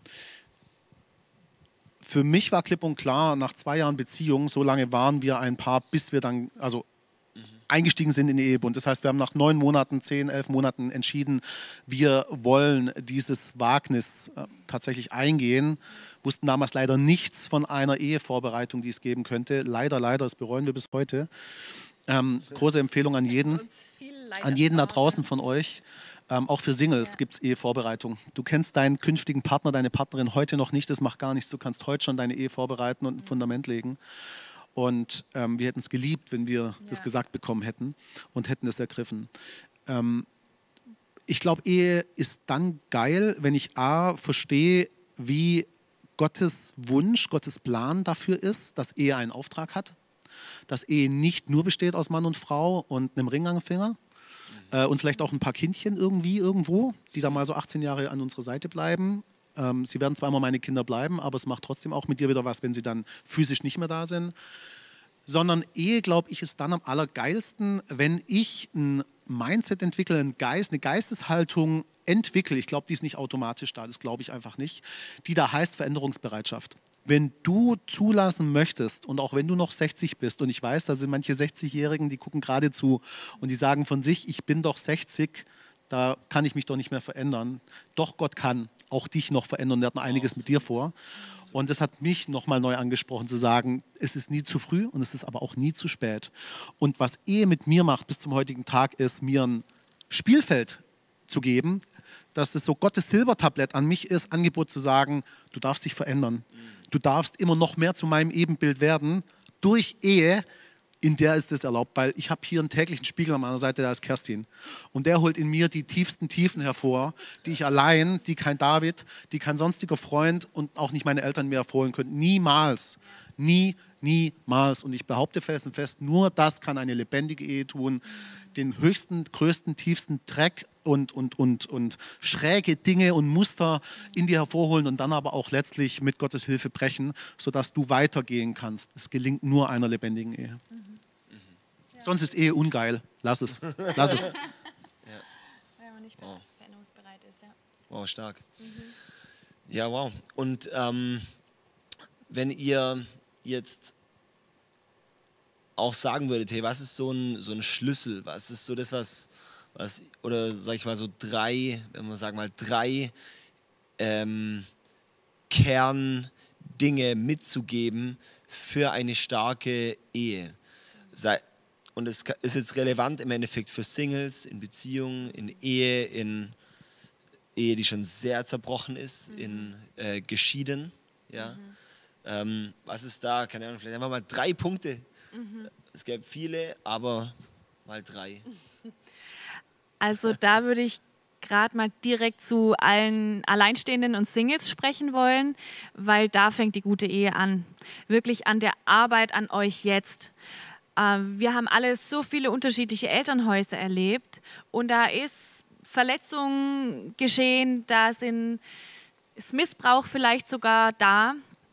Für mich war klipp und klar, nach 2 Jahren Beziehung, so lange waren wir ein Paar, bis wir dann, eingestiegen sind in den Ehebund. Das heißt, wir haben nach 9 Monaten, 10, 11 Monaten entschieden, wir wollen dieses Wagnis tatsächlich eingehen. Wussten damals leider nichts von einer Ehevorbereitung, die es geben könnte. Leider, das bereuen wir bis heute. Große Empfehlung an jeden. Uns viel Leid An jeden da erspart. draußen von euch, auch für Singles gibt es Ehevorbereitung. Du kennst deinen künftigen Partner, deine Partnerin heute noch nicht, das macht gar nichts. Du kannst heute schon deine Ehe vorbereiten und ein Fundament legen. Und wir hätten es geliebt, wenn wir das gesagt bekommen hätten und hätten es ergriffen. Ich glaube, Ehe ist dann geil, wenn ich verstehe, wie Gottes Wunsch, Gottes Plan dafür ist, dass Ehe einen Auftrag hat. Dass Ehe nicht nur besteht aus Mann und Frau und einem Ring am Finger und vielleicht auch ein paar Kindchen irgendwo, die da mal so 18 Jahre an unserer Seite bleiben. Sie werden zwar immer meine Kinder bleiben, aber es macht trotzdem auch mit dir wieder was, wenn sie dann physisch nicht mehr da sind. Sondern Ehe, glaube ich, ist dann am allergeilsten, wenn ich ein Mindset entwickle, einen Geist, eine Geisteshaltung entwickle. Ich glaube, die ist nicht automatisch da, das glaube ich einfach nicht. Die da heißt Veränderungsbereitschaft. Wenn du zulassen möchtest und auch wenn du noch 60 bist und ich weiß, da sind manche 60-Jährigen, die gucken gerade zu und die sagen von sich, ich bin doch 60, da kann ich mich doch nicht mehr verändern. Doch Gott kann auch dich noch verändern, der hat noch einiges mit dir vor. Und das hat mich nochmal neu angesprochen, zu sagen, es ist nie zu früh und es ist aber auch nie zu spät. Und was Ehe mit mir macht bis zum heutigen Tag, ist, mir ein Spielfeld zu geben, dass das so Gottes Silbertablett an mich ist, Angebot zu sagen, du darfst dich verändern. Du darfst immer noch mehr zu meinem Ebenbild werden durch Ehe, in der ist es erlaubt, weil ich habe hier einen täglichen Spiegel an meiner Seite, der ist Kerstin. Und der holt in mir die tiefsten Tiefen hervor, die ich allein, die kein David, die kein sonstiger Freund und auch nicht meine Eltern mir hervorholen können. Niemals. Niemals. Und ich behaupte felsenfest, nur das kann eine lebendige Ehe tun. Den höchsten, größten, tiefsten Dreck und schräge Dinge und Muster in dir hervorholen und dann aber auch letztlich mit Gottes Hilfe brechen, sodass du weitergehen kannst. Es gelingt nur einer lebendigen Ehe. Sonst ist Ehe ungeil. Lass es. Lass es. Wenn man nicht veränderungsbereit ist, ja. Wow, stark. Ja, wow. Und wenn ihr jetzt auch sagen würdet, hey, was ist so ein Schlüssel? Was ist so das, was oder sag ich mal so drei Kerndinge mitzugeben für eine starke Ehe? Und es ist jetzt relevant im Endeffekt für Singles, in Beziehungen, in Ehe, die schon sehr zerbrochen ist, in Geschieden. Ja? Was ist da? Keine Ahnung, vielleicht einfach mal 3 Punkte. Es gäbe viele, aber mal 3. Also da würde ich gerade mal direkt zu allen Alleinstehenden und Singles sprechen wollen, weil da fängt die gute Ehe an. Wirklich an der Arbeit an euch jetzt. Wir haben alle so viele unterschiedliche Elternhäuser erlebt und da ist Verletzungen geschehen, da ist Missbrauch vielleicht sogar da.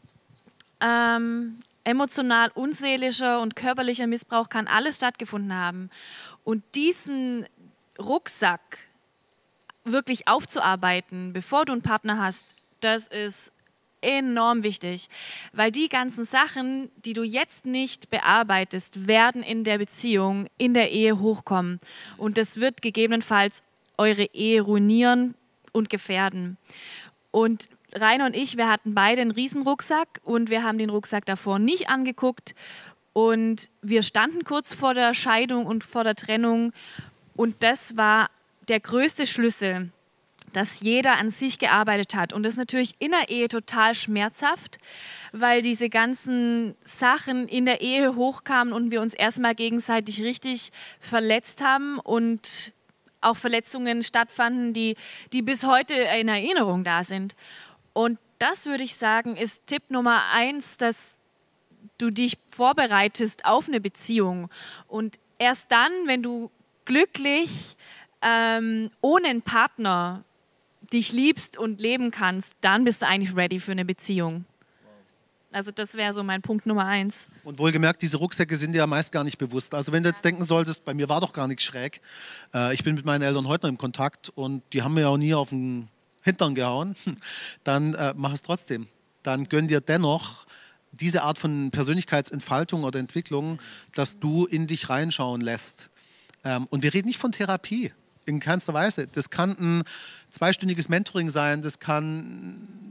Emotional, unseelischer und körperlicher Missbrauch kann alles stattgefunden haben. Und diesen Rucksack wirklich aufzuarbeiten, bevor du einen Partner hast, das ist enorm wichtig, weil die ganzen Sachen, die du jetzt nicht bearbeitest, werden in der Beziehung, in der Ehe hochkommen. Und das wird gegebenenfalls eure Ehe ruinieren und gefährden. Und Rainer und ich, wir hatten beide einen Riesenrucksack und wir haben den Rucksack davor nicht angeguckt. Und wir standen kurz vor der Scheidung und vor der Trennung. Und das war der größte Schlüssel, dass jeder an sich gearbeitet hat. Und das ist natürlich in der Ehe total schmerzhaft, weil diese ganzen Sachen in der Ehe hochkamen und wir uns erstmal gegenseitig richtig verletzt haben und auch Verletzungen stattfanden, die bis heute in Erinnerung da sind. Und das, würde ich sagen, ist Tipp Nummer 1, dass du dich vorbereitest auf eine Beziehung. Und erst dann, wenn du glücklich ohne einen Partner dich liebst und leben kannst, dann bist du eigentlich ready für eine Beziehung. Also das wäre so mein Punkt Nummer 1. Und wohlgemerkt, diese Rucksäcke sind dir ja meist gar nicht bewusst. Also wenn du jetzt denken solltest, bei mir war doch gar nichts schräg. Ich bin mit meinen Eltern heute noch im Kontakt und die haben mir ja auch nie auf den Hintern gehauen. Dann mach es trotzdem. Dann gönn dir dennoch diese Art von Persönlichkeitsentfaltung oder Entwicklung, dass du in dich reinschauen lässt. Und wir reden nicht von Therapie. In keinster Weise. Das kann ein 2-stündiges Mentoring sein, das kann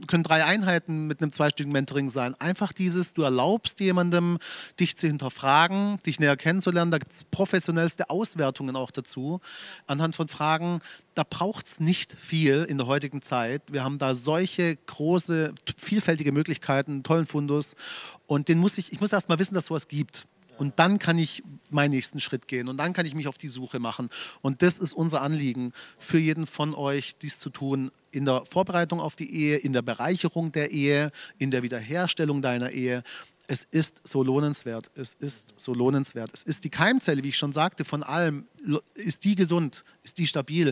können 3 Einheiten mit einem 2-stündigen Mentoring sein. Einfach dieses, du erlaubst jemandem, dich zu hinterfragen, dich näher kennenzulernen. Da gibt es professionellste Auswertungen auch dazu, anhand von Fragen. Da braucht es nicht viel in der heutigen Zeit. Wir haben da solche große, vielfältige Möglichkeiten, einen tollen Fundus. Und ich muss erst mal wissen, dass es sowas gibt. Und dann kann ich meinen nächsten Schritt gehen und dann kann ich mich auf die Suche machen. Und das ist unser Anliegen für jeden von euch, dies zu tun, in der Vorbereitung auf die Ehe, in der Bereicherung der Ehe, in der Wiederherstellung deiner Ehe. Es ist so lohnenswert, es ist so lohnenswert. Es ist die Keimzelle, wie ich schon sagte, von allem. Ist die gesund, ist die stabil,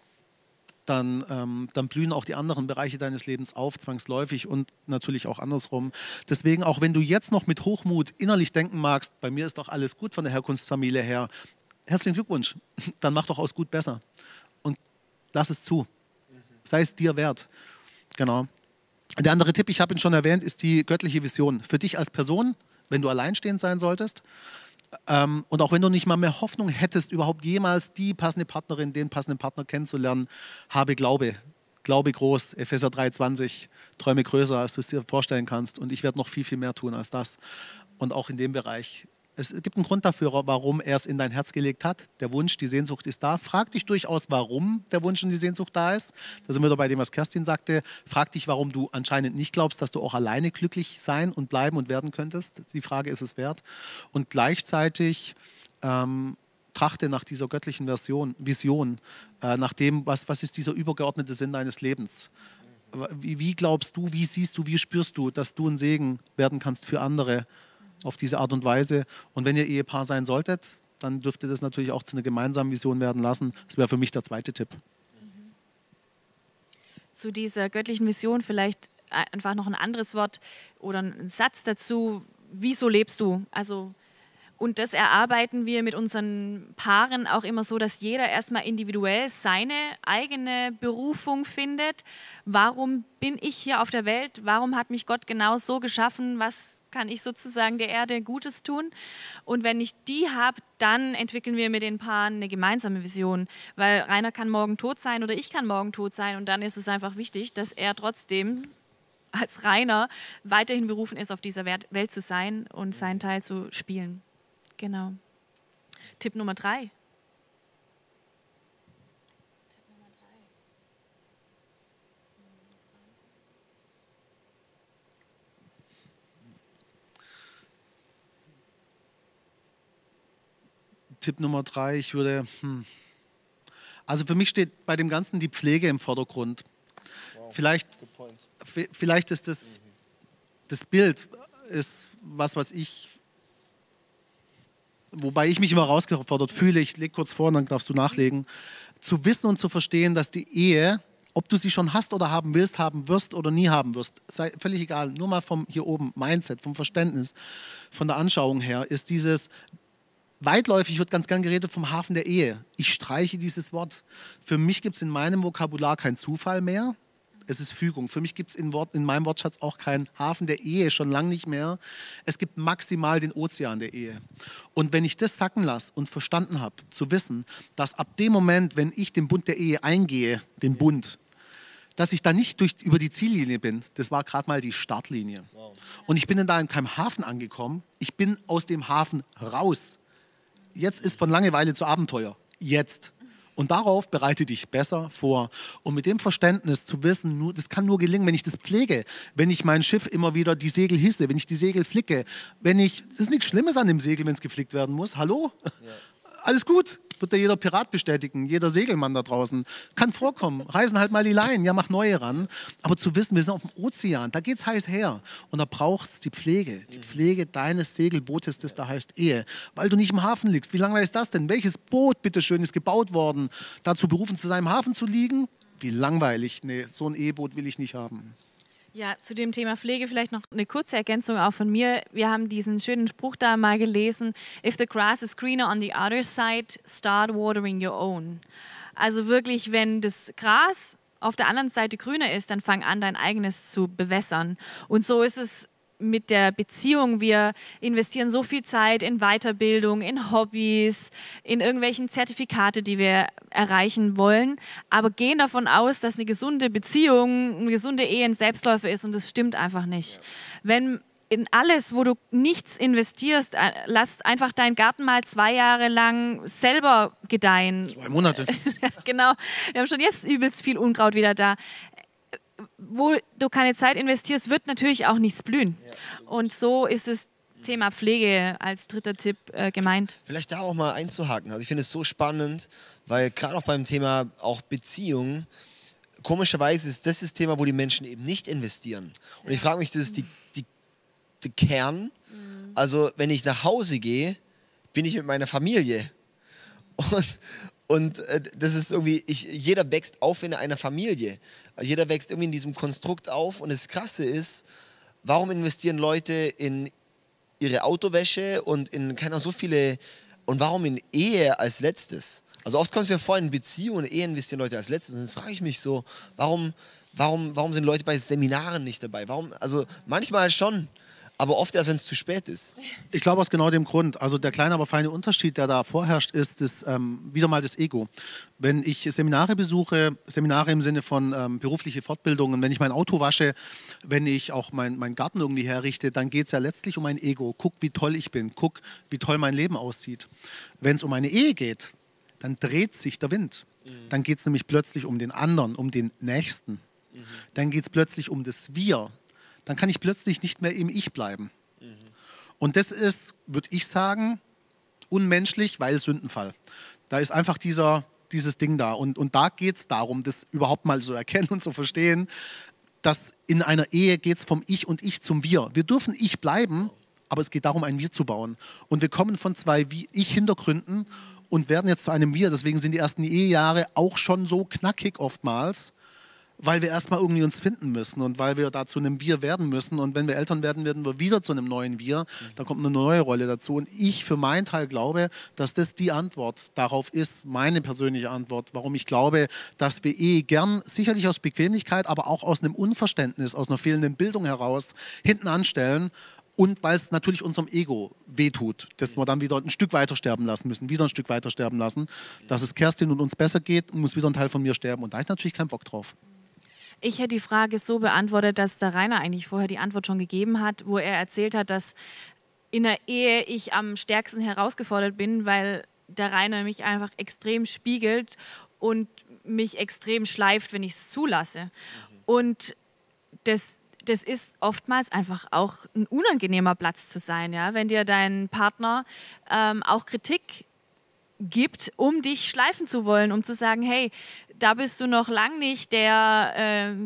dann blühen auch die anderen Bereiche deines Lebens auf, zwangsläufig und natürlich auch andersrum. Deswegen, auch wenn du jetzt noch mit Hochmut innerlich denken magst, bei mir ist doch alles gut von der Herkunftsfamilie her, herzlichen Glückwunsch, dann mach doch aus gut besser und lass es zu. Sei es dir wert. Genau. Der andere Tipp, ich habe ihn schon erwähnt, ist die göttliche Vision. Für dich als Person, wenn du alleinstehend sein solltest, und auch wenn du nicht mal mehr Hoffnung hättest, überhaupt jemals die passende Partnerin, den passenden Partner kennenzulernen, habe Glaube. Glaube groß, Epheser 3,20, träume größer, als du es dir vorstellen kannst. Und ich werde noch viel, viel mehr tun als das. Und auch in dem Bereich. Es gibt einen Grund dafür, warum er es in dein Herz gelegt hat. Der Wunsch, die Sehnsucht ist da. Frag dich durchaus, warum der Wunsch und die Sehnsucht da ist. Da sind wir dabei dem, was Kerstin sagte. Frag dich, warum du anscheinend nicht glaubst, dass du auch alleine glücklich sein und bleiben und werden könntest. Die Frage ist es wert. Und gleichzeitig trachte nach dieser göttlichen Vision, nach dem, was ist dieser übergeordnete Sinn deines Lebens. Wie glaubst du, wie siehst du, wie spürst du, dass du ein Segen werden kannst für andere auf diese Art und Weise. Und wenn ihr Ehepaar sein solltet, dann dürft ihr das natürlich auch zu einer gemeinsamen Vision werden lassen. Das wäre für mich der zweite Tipp. Zu dieser göttlichen Vision vielleicht einfach noch ein anderes Wort oder ein Satz dazu. Wieso lebst du? Also, und das erarbeiten wir mit unseren Paaren auch immer so, dass jeder erstmal individuell seine eigene Berufung findet. Warum bin ich hier auf der Welt? Warum hat mich Gott genau so geschaffen? Was kann ich sozusagen der Erde Gutes tun? Und wenn ich die habe, dann entwickeln wir mit den Paaren eine gemeinsame Vision, weil Rainer kann morgen tot sein oder ich kann morgen tot sein und dann ist es einfach wichtig, dass er trotzdem als Rainer weiterhin berufen ist, auf dieser Welt zu sein und seinen Teil zu spielen. Genau. Tipp Nummer 3. Tipp Nummer 3, ich würde, also für mich steht bei dem Ganzen die Pflege im Vordergrund. Wow. Vielleicht ist das Bild, ist was ich, wobei ich mich immer herausgefordert fühle, ich lege kurz vor und dann darfst du nachlegen, zu wissen und zu verstehen, dass die Ehe, ob du sie schon hast oder haben willst, haben wirst oder nie haben wirst, sei völlig egal, nur mal vom hier oben Mindset, vom Verständnis, von der Anschauung her, ist dieses weitläufig wird ganz gern geredet vom Hafen der Ehe. Ich streiche dieses Wort. Für mich gibt es in meinem Vokabular keinen Zufall mehr. Es ist Fügung. Für mich gibt es in meinem Wortschatz auch keinen Hafen der Ehe, schon lange nicht mehr. Es gibt maximal den Ozean der Ehe. Und wenn ich das sacken lasse und verstanden habe, zu wissen, dass ab dem Moment, wenn ich den Bund der Ehe eingehe, den Bund, dass ich da nicht über die Ziellinie bin, das war gerade mal die Startlinie. Und ich bin dann da in keinem Hafen angekommen. Ich bin aus dem Hafen raus. Jetzt ist von Langeweile zu Abenteuer. Jetzt. Und darauf bereite dich besser vor. Und mit dem Verständnis zu wissen, das kann nur gelingen, wenn ich das pflege, wenn ich mein Schiff immer wieder die Segel hisse, wenn ich die Segel flicke, es ist nichts Schlimmes an dem Segel, wenn es geflickt werden muss. Hallo? Ja. Alles gut. Wird ja jeder Pirat bestätigen, jeder Segelmann da draußen. Kann vorkommen. Reißen halt mal die Leinen, ja, mach neue ran. Aber zu wissen, wir sind auf dem Ozean, da geht's heiß her. Und da braucht es die Pflege deines Segelbootes, das da heißt Ehe. Weil du nicht im Hafen liegst. Wie langweilig ist das denn? Welches Boot, bitteschön, ist gebaut worden, dazu berufen zu sein, im Hafen zu liegen? Wie langweilig. Nee, so ein Eheboot will ich nicht haben. Ja, zu dem Thema Pflege vielleicht noch eine kurze Ergänzung auch von mir. Wir haben diesen schönen Spruch da mal gelesen: If the grass is greener on the other side, start watering your own. Also wirklich, wenn das Gras auf der anderen Seite grüner ist, dann fang an, dein eigenes zu bewässern. Und so ist es mit der Beziehung. Wir investieren so viel Zeit in Weiterbildung, in Hobbys, in irgendwelchen Zertifikate, die wir erreichen wollen, aber gehen davon aus, dass eine gesunde Beziehung, eine gesunde Ehe ein Selbstläufer ist, und das stimmt einfach nicht. Wenn in alles, wo du nichts investierst, lass einfach deinen Garten mal 2 Jahre lang selber gedeihen. 2 Monate. Genau, wir haben schon jetzt übelst viel Unkraut wieder da. Wo du keine Zeit investierst, wird natürlich auch nichts blühen. Und so ist das Thema Pflege als 3. Tipp gemeint. Vielleicht da auch mal einzuhaken. Also ich finde es so spannend, weil gerade auch beim Thema auch Beziehungen, komischerweise ist das Thema, wo die Menschen eben nicht investieren. Und ich frage mich, das ist der Kern. Also wenn ich nach Hause gehe, bin ich mit meiner Familie. Und das ist irgendwie, jeder wächst auf in einer Familie. Jeder wächst irgendwie in diesem Konstrukt auf. Und das Krasse ist, warum investieren Leute in ihre Autowäsche und in keiner so viele, und warum in Ehe als letztes? Also oft kommt es mir vor, in Beziehungen und Ehe investieren Leute als letztes. Und jetzt frage ich mich so, warum sind Leute bei Seminaren nicht dabei? Warum? Also manchmal schon. Aber oft erst, wenn es zu spät ist. Ich glaube aus genau dem Grund. Also der kleine, aber feine Unterschied, der da vorherrscht, ist wieder mal das Ego. Wenn ich Seminare besuche, Seminare im Sinne von berufliche Fortbildungen, wenn ich mein Auto wasche, wenn ich auch meinen Garten irgendwie herrichte, dann geht es ja letztlich um ein Ego. Guck, wie toll ich bin. Guck, wie toll mein Leben aussieht. Wenn es um eine Ehe geht, dann dreht sich der Wind. Dann geht es nämlich plötzlich um den anderen, um den Nächsten. Dann geht es plötzlich um das Wir. Dann kann ich plötzlich nicht mehr im Ich bleiben. Und das ist, würde ich sagen, unmenschlich, weil Sündenfall. Da ist einfach dieses Ding da. Und da geht es darum, das überhaupt mal so erkennen und zu verstehen, dass in einer Ehe geht es vom Ich und Ich zum Wir. Wir dürfen Ich bleiben, aber es geht darum, ein Wir zu bauen. Und wir kommen von 2 Ich-Hintergründen und werden jetzt zu einem Wir. Deswegen sind die ersten Ehejahre auch schon so knackig oftmals, weil wir erstmal irgendwie uns finden müssen und weil wir da zu einem Wir werden müssen. Und wenn wir Eltern werden, werden wir wieder zu einem neuen Wir. Da kommt eine neue Rolle dazu. Und ich für meinen Teil glaube, dass das die Antwort darauf ist, meine persönliche Antwort, warum ich glaube, dass wir gern, sicherlich aus Bequemlichkeit, aber auch aus einem Unverständnis, aus einer fehlenden Bildung heraus, hinten anstellen. Und weil es natürlich unserem Ego wehtut, dass wir dann wieder ein Stück weiter sterben lassen müssen, wieder ein Stück weiter sterben lassen, dass es Kerstin und uns besser geht, muss wieder ein Teil von mir sterben. Und da habe ich natürlich keinen Bock drauf. Ich hätte die Frage so beantwortet, dass der Rainer eigentlich vorher die Antwort schon gegeben hat, wo er erzählt hat, dass in der Ehe ich am stärksten herausgefordert bin, weil der Rainer mich einfach extrem spiegelt und mich extrem schleift, wenn ich es zulasse. Und das ist oftmals einfach auch ein unangenehmer Platz zu sein, ja? Wenn dir dein Partner auch Kritik gibt, um dich schleifen zu wollen, um zu sagen, hey, da bist du noch lang nicht der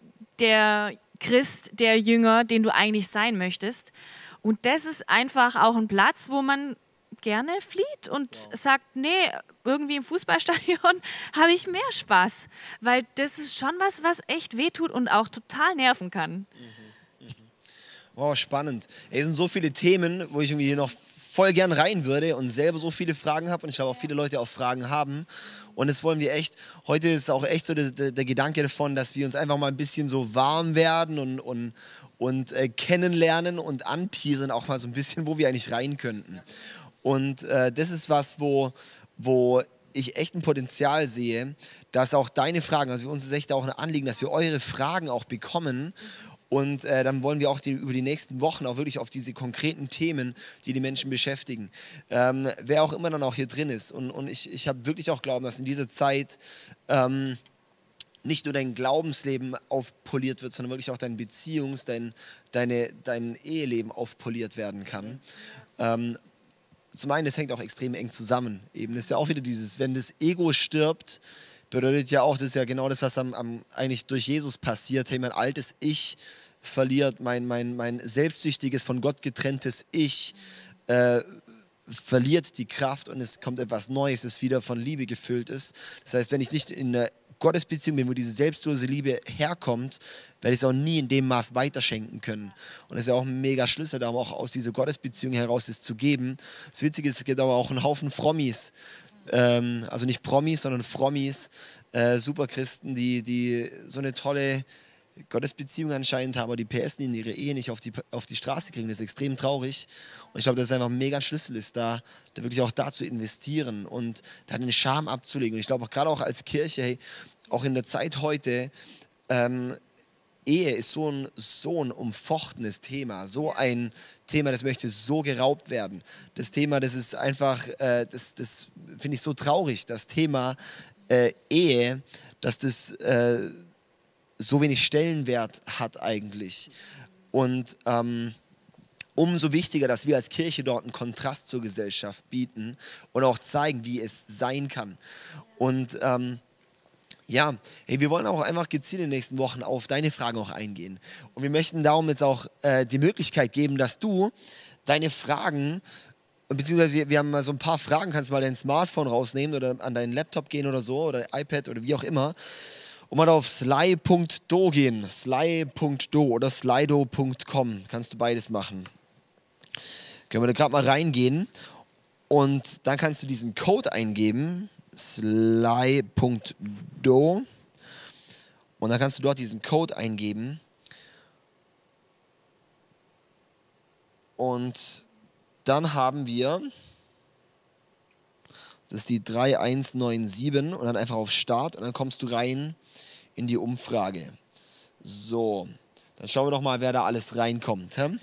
Christ, der Jünger, den du eigentlich sein möchtest. Und das ist einfach auch ein Platz, wo man gerne flieht und sagt, nee, irgendwie im Fußballstadion habe ich mehr Spaß. Weil das ist schon was echt wehtut und auch total nerven kann. Wow, spannend. Es sind so viele Themen, wo ich irgendwie hier noch voll gern rein würde und selber so viele Fragen habe und ich glaube auch viele Leute auch Fragen haben und das wollen wir echt, heute ist auch echt so der Gedanke davon, dass wir uns einfach mal ein bisschen so warm werden und kennenlernen und anteasern auch mal so ein bisschen, wo wir eigentlich rein könnten. Und das ist was, wo ich echt ein Potenzial sehe, dass auch deine Fragen, also für uns ist echt auch ein Anliegen, dass wir eure Fragen auch bekommen. Und dann wollen wir auch über die nächsten Wochen auch wirklich auf diese konkreten Themen, die die Menschen beschäftigen. Wer auch immer dann auch hier drin ist. Und ich habe wirklich auch Glauben, dass in dieser Zeit nicht nur dein Glaubensleben aufpoliert wird, sondern wirklich auch dein dein Eheleben aufpoliert werden kann. Zum einen, das hängt auch extrem eng zusammen. Eben, das ist ja auch wieder dieses, wenn das Ego stirbt, bedeutet ja auch, das ist ja genau das, was eigentlich durch Jesus passiert. Hey, mein altes Ich verliert, mein selbstsüchtiges, von Gott getrenntes Ich verliert die Kraft und es kommt etwas Neues, das wieder von Liebe gefüllt ist. Das heißt, wenn ich nicht in der Gottesbeziehung bin, wo diese selbstlose Liebe herkommt, werde ich es auch nie in dem Maß weiterschenken können. Und das ist ja auch ein mega Schlüssel, da auch aus dieser Gottesbeziehung heraus es zu geben. Das Witzige ist, es gibt aber auch einen Haufen Frommis, also nicht Promis, sondern Frommis, Superchristen, die so eine tolle Gottesbeziehung anscheinend haben, aber die PS in ihre Ehe nicht auf die Straße kriegen. Das ist extrem traurig. Und ich glaube, dass es einfach ein mega Schlüssel ist, da wirklich auch da zu investieren und da den Scham abzulegen. Und ich glaube auch gerade auch als Kirche, hey, auch in der Zeit heute, Ehe ist so ein umfochtenes Thema, so ein Thema, das möchte so geraubt werden. Das Thema, das ist einfach, das finde ich so traurig, das Thema Ehe, dass das so wenig Stellenwert hat eigentlich. Und umso wichtiger, dass wir als Kirche dort einen Kontrast zur Gesellschaft bieten und auch zeigen, wie es sein kann. Und ja, hey, wir wollen auch einfach gezielt in den nächsten Wochen auf deine Fragen auch eingehen. Und wir möchten darum jetzt auch die Möglichkeit geben, dass du deine Fragen, beziehungsweise wir haben mal so ein paar Fragen, kannst du mal dein Smartphone rausnehmen oder an deinen Laptop gehen oder so oder iPad oder wie auch immer und mal auf sly.do gehen, sly.do oder slido.com, kannst du beides machen. Können wir da gerade mal reingehen und dann kannst du diesen Code eingeben, sly.do, und dann kannst du dort diesen Code eingeben und dann haben wir, das ist die 3197 und dann einfach auf Start und dann kommst du rein in die Umfrage. So, dann schauen wir doch mal, wer da alles reinkommt. Hä?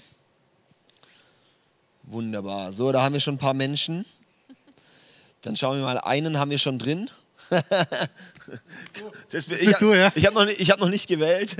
Wunderbar. So, da haben wir schon ein paar Menschen. Dann schauen wir mal, einen haben wir schon drin. Das bist du, ja? Ich hab noch nicht gewählt.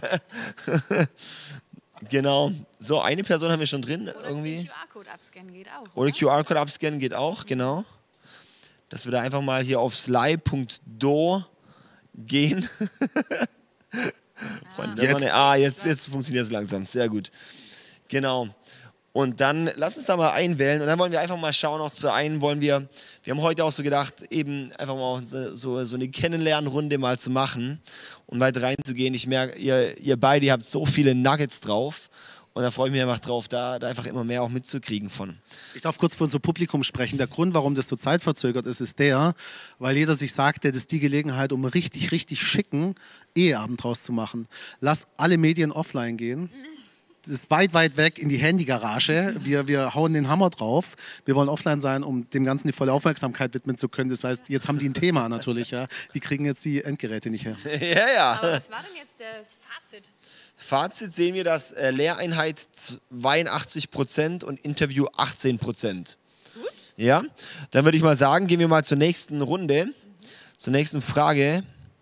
Genau. So, eine Person haben wir schon drin. Oder irgendwie. QR-Code abscannen geht auch. Oder QR-Code abscannen geht auch, genau. Dass wir da einfach mal hier auf sly.do gehen. Freunde, jetzt funktioniert es langsam. Sehr gut. Genau. Und dann lass uns da mal einwählen und dann wollen wir einfach mal schauen, auch zu einem wir haben heute auch so gedacht, eben einfach mal so eine Kennenlernrunde mal zu machen und weiter reinzugehen. Ich merke, ihr beide, ihr habt so viele Nuggets drauf und da freue ich mich einfach drauf, da einfach immer mehr auch mitzukriegen von. Ich darf kurz für unser Publikum sprechen. Der Grund, warum das so zeitverzögert ist, ist der, weil jeder sich sagte, das ist die Gelegenheit, um einen richtig, richtig schicken Eheabend draus zu machen. Lass alle Medien offline gehen. Das ist weit, weit weg in die Handygarage. Wir hauen den Hammer drauf. Wir wollen offline sein, um dem Ganzen die volle Aufmerksamkeit widmen zu können. Das heißt, jetzt haben die ein Thema natürlich. Ja. Die kriegen jetzt die Endgeräte nicht her. Ja. Aber was war denn jetzt das Fazit? Fazit sehen wir, dass Lehreinheit 82% und Interview 18%. Gut. Ja, dann würde ich mal sagen, gehen wir mal zur nächsten Runde, zur nächsten Frage.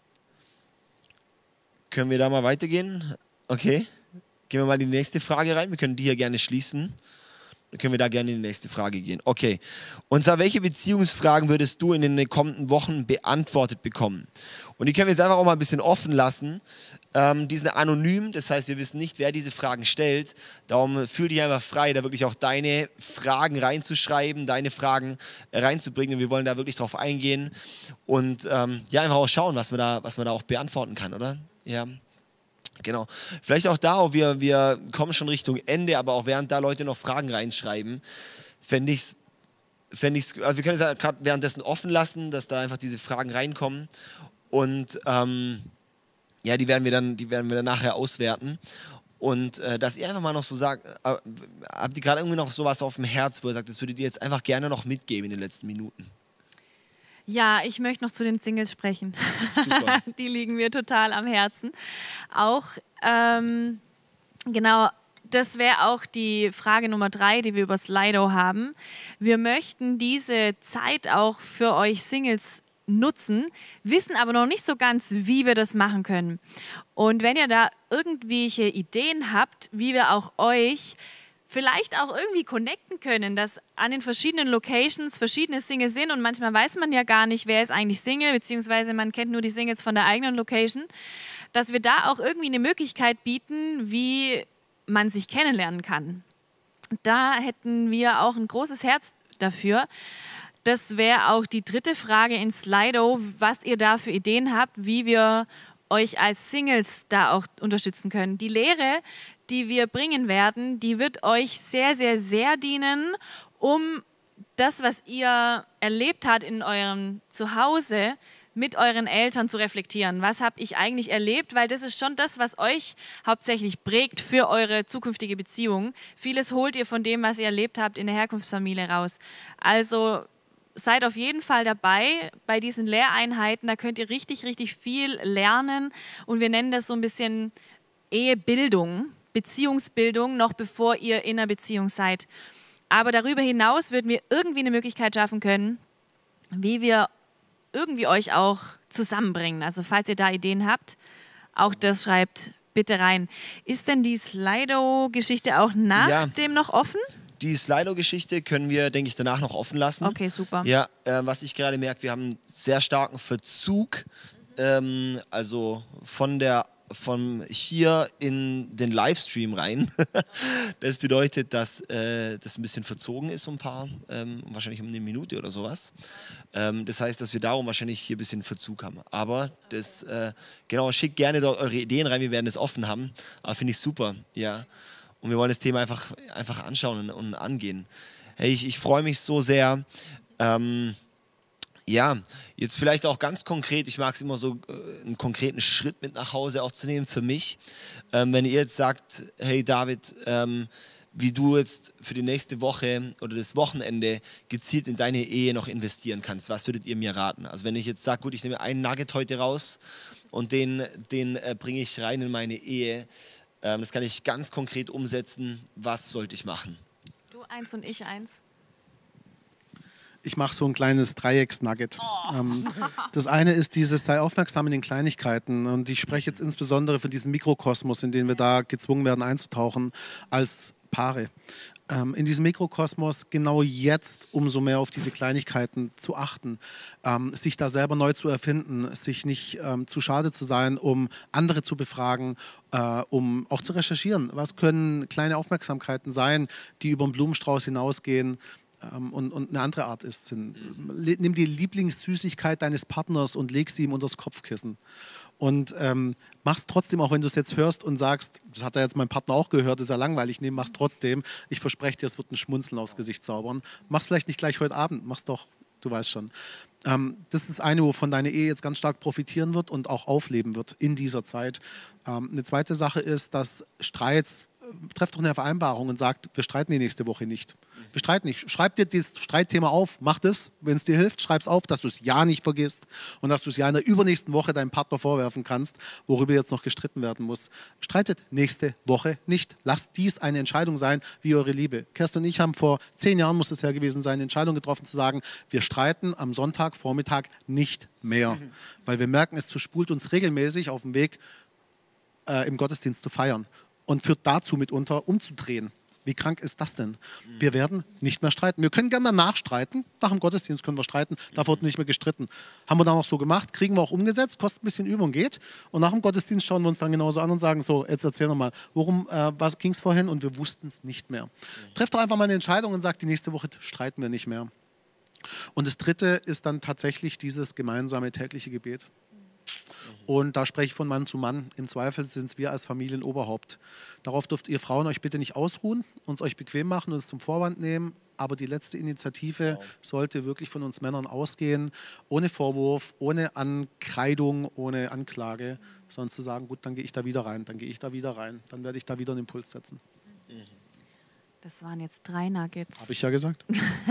Können wir da mal weitergehen? Okay. Gehen wir mal in die nächste Frage rein. Wir können die hier gerne schließen. Dann können wir da gerne in die nächste Frage gehen. Okay. Und zwar, welche Beziehungsfragen würdest du in den kommenden Wochen beantwortet bekommen? Und die können wir jetzt einfach auch mal ein bisschen offen lassen. Die sind anonym, das heißt, wir wissen nicht, wer diese Fragen stellt. Darum fühl dich einfach frei, da wirklich auch deine Fragen reinzuschreiben, deine Fragen reinzubringen. Und wir wollen da wirklich drauf eingehen und ja, einfach auch schauen, was man da auch beantworten kann, oder? Ja. Genau. Vielleicht auch da, wir kommen schon Richtung Ende, aber auch während da Leute noch Fragen reinschreiben, fände ich's, also wir können es ja gerade währenddessen offen lassen, dass da einfach diese Fragen reinkommen und ja, die werden wir dann nachher auswerten und dass ihr einfach mal noch so sagt, habt ihr gerade irgendwie noch sowas auf dem Herz, wo ihr sagt, das würdet ihr jetzt einfach gerne noch mitgeben in den letzten Minuten? Ja, ich möchte noch zu den Singles sprechen. Super. Die liegen mir total am Herzen. Auch, genau, das wäre auch die Frage Nummer 3, die wir über Slido haben. Wir möchten diese Zeit auch für euch Singles nutzen, wissen aber noch nicht so ganz, wie wir das machen können. Und wenn ihr da irgendwelche Ideen habt, wie wir auch euch vielleicht auch irgendwie connecten können, dass an den verschiedenen Locations verschiedene Singles sind und manchmal weiß man ja gar nicht, wer ist eigentlich Single, beziehungsweise man kennt nur die Singles von der eigenen Location, dass wir da auch irgendwie eine Möglichkeit bieten, wie man sich kennenlernen kann. Da hätten wir auch ein großes Herz dafür. Das wäre auch die 3. Frage in Slido, was ihr da für Ideen habt, wie wir euch als Singles da auch unterstützen können. Die Lehre, die wir bringen werden, die wird euch sehr, sehr, sehr dienen, um das, was ihr erlebt habt in eurem Zuhause, mit euren Eltern zu reflektieren. Was habe ich eigentlich erlebt? Weil das ist schon das, was euch hauptsächlich prägt für eure zukünftige Beziehung. Vieles holt ihr von dem, was ihr erlebt habt in der Herkunftsfamilie raus. Also seid auf jeden Fall dabei bei diesen Lehreinheiten. Da könnt ihr richtig, richtig viel lernen. Und wir nennen das so ein bisschen Ehebildung, Beziehungsbildung, noch bevor ihr in einer Beziehung seid. Aber darüber hinaus würden wir irgendwie eine Möglichkeit schaffen können, wie wir irgendwie euch auch zusammenbringen. Also falls ihr da Ideen habt, auch das schreibt bitte rein. Ist denn die Slido-Geschichte auch nach dem noch offen? Die Slido-Geschichte können wir, denke ich, danach noch offen lassen. Okay, super. Ja, was ich gerade merke, wir haben einen sehr starken Verzug, also von hier in den Livestream rein. Das bedeutet, dass das ein bisschen verzogen ist, um ein paar, wahrscheinlich um eine Minute oder sowas. Das heißt, dass wir darum wahrscheinlich hier ein bisschen Verzug haben. Aber das, genau, schickt gerne dort eure Ideen rein, wir werden das offen haben. Aber finde ich super, ja. Und wir wollen das Thema einfach anschauen und angehen. Hey, ich freue mich so sehr. Ja, jetzt vielleicht auch ganz konkret, ich mag es immer so, einen konkreten Schritt mit nach Hause auch zu nehmen für mich. Wenn ihr jetzt sagt, hey David, wie du jetzt für die nächste Woche oder das Wochenende gezielt in deine Ehe noch investieren kannst, was würdet ihr mir raten? Also wenn ich jetzt sage, gut, ich nehme einen Nugget heute raus und den bringe ich rein in meine Ehe, das kann ich ganz konkret umsetzen, was sollte ich machen? Du eins und ich eins. Ich mache so ein kleines Dreiecks-Nugget. Das eine ist dieses, sei aufmerksam in den Kleinigkeiten. Und ich spreche jetzt insbesondere von diesem Mikrokosmos, in den wir da gezwungen werden einzutauchen, als Paare. In diesem Mikrokosmos genau jetzt umso mehr auf diese Kleinigkeiten zu achten, sich da selber neu zu erfinden, sich nicht zu schade zu sein, um andere zu befragen, um auch zu recherchieren. Was können kleine Aufmerksamkeiten sein, die über den Blumenstrauß hinausgehen, und eine andere Art ist. Nimm die Lieblingssüßigkeit deines Partners und leg sie ihm unter das Kopfkissen. Und mach's trotzdem, auch wenn du es jetzt hörst und sagst, das hat ja jetzt mein Partner auch gehört, ist ja langweilig, nee, mach's trotzdem. Ich verspreche dir, es wird ein Schmunzeln aufs Gesicht zaubern. Mach's vielleicht nicht gleich heute Abend, mach's doch, du weißt schon. Das ist das eine, wovon deine Ehe jetzt ganz stark profitieren wird und auch aufleben wird in dieser Zeit. Eine zweite Sache ist, dass Streits, trefft doch eine Vereinbarung und sagt, wir streiten die nächste Woche nicht. Wir streiten nicht. Schreib dir das Streitthema auf, mach das, wenn es dir hilft, schreib es auf, dass du es ja nicht vergisst und dass du es ja in der übernächsten Woche deinem Partner vorwerfen kannst, worüber jetzt noch gestritten werden muss. Streitet nächste Woche nicht. Lasst dies eine Entscheidung sein, wie eure Liebe. Kerstin und ich haben vor 10 Jahren, muss es ja gewesen sein, eine Entscheidung getroffen zu sagen, wir streiten am Sonntagvormittag nicht mehr. Weil wir merken, es zerspult uns regelmäßig auf dem Weg, im Gottesdienst zu feiern. Und führt dazu mitunter, umzudrehen. Wie krank ist das denn? Wir werden nicht mehr streiten. Wir können gerne danach streiten. Nach dem Gottesdienst können wir streiten. Da wird nicht mehr gestritten. Haben wir da noch so gemacht, kriegen wir auch umgesetzt, kostet ein bisschen Übung, geht. Und nach dem Gottesdienst schauen wir uns dann genauso an und sagen so, jetzt erzähl nochmal, was ging es vorhin? Und wir wussten es nicht mehr. Trefft doch einfach mal eine Entscheidung und sagt, die nächste Woche streiten wir nicht mehr. Und das Dritte ist dann tatsächlich dieses gemeinsame tägliche Gebet. Und da spreche ich von Mann zu Mann. Im Zweifel sind es wir als Familienoberhaupt. Darauf dürft ihr Frauen euch bitte nicht ausruhen, uns euch bequem machen, uns zum Vorwand nehmen. Aber die letzte Initiative sollte wirklich von uns Männern ausgehen, ohne Vorwurf, ohne Ankreidung, ohne Anklage, sondern zu sagen, gut, dann gehe ich da wieder rein, dann gehe ich da wieder rein, dann werde ich da wieder einen Impuls setzen. Das waren jetzt 3 Nuggets. Habe ich ja gesagt.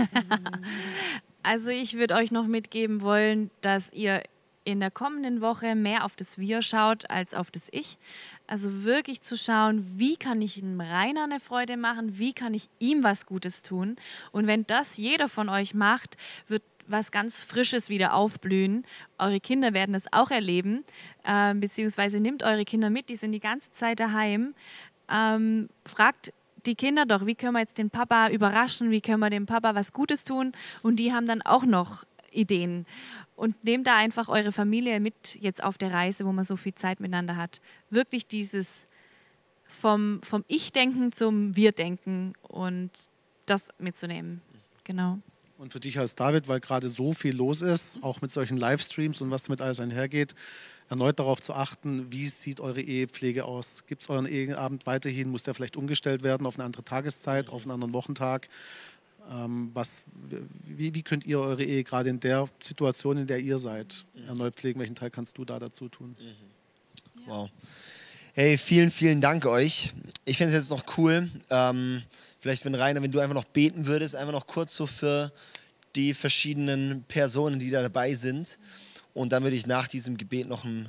Also ich würde euch noch mitgeben wollen, dass ihr in der kommenden Woche mehr auf das Wir schaut als auf das Ich. Also wirklich zu schauen, wie kann ich dem Rainer eine Freude machen, wie kann ich ihm was Gutes tun. Und wenn das jeder von euch macht, wird was ganz Frisches wieder aufblühen. Eure Kinder werden das auch erleben, beziehungsweise nehmt eure Kinder mit, die sind die ganze Zeit daheim. Fragt die Kinder doch, wie können wir jetzt den Papa überraschen, wie können wir dem Papa was Gutes tun. Und die haben dann auch noch Ideen. Und nehmt da einfach eure Familie mit jetzt auf der Reise, wo man so viel Zeit miteinander hat. Wirklich dieses vom Ich-Denken zum Wir-Denken und das mitzunehmen. Genau. Und für dich als David, weil gerade so viel los ist, auch mit solchen Livestreams und was damit alles einhergeht, erneut darauf zu achten, wie sieht eure Ehepflege aus? Gibt es euren Eheabend weiterhin? Muss der vielleicht umgestellt werden auf eine andere Tageszeit, auf einen anderen Wochentag? Wie könnt ihr eure Ehe gerade in der Situation, in der ihr seid, erneut pflegen? Welchen Teil kannst du da dazu tun? Wow. Hey, vielen, vielen Dank euch. Ich finde es jetzt noch cool, vielleicht wenn Rainer, wenn du einfach noch beten würdest, einfach noch kurz so für die verschiedenen Personen, die da dabei sind. Und dann würde ich nach diesem Gebet noch ein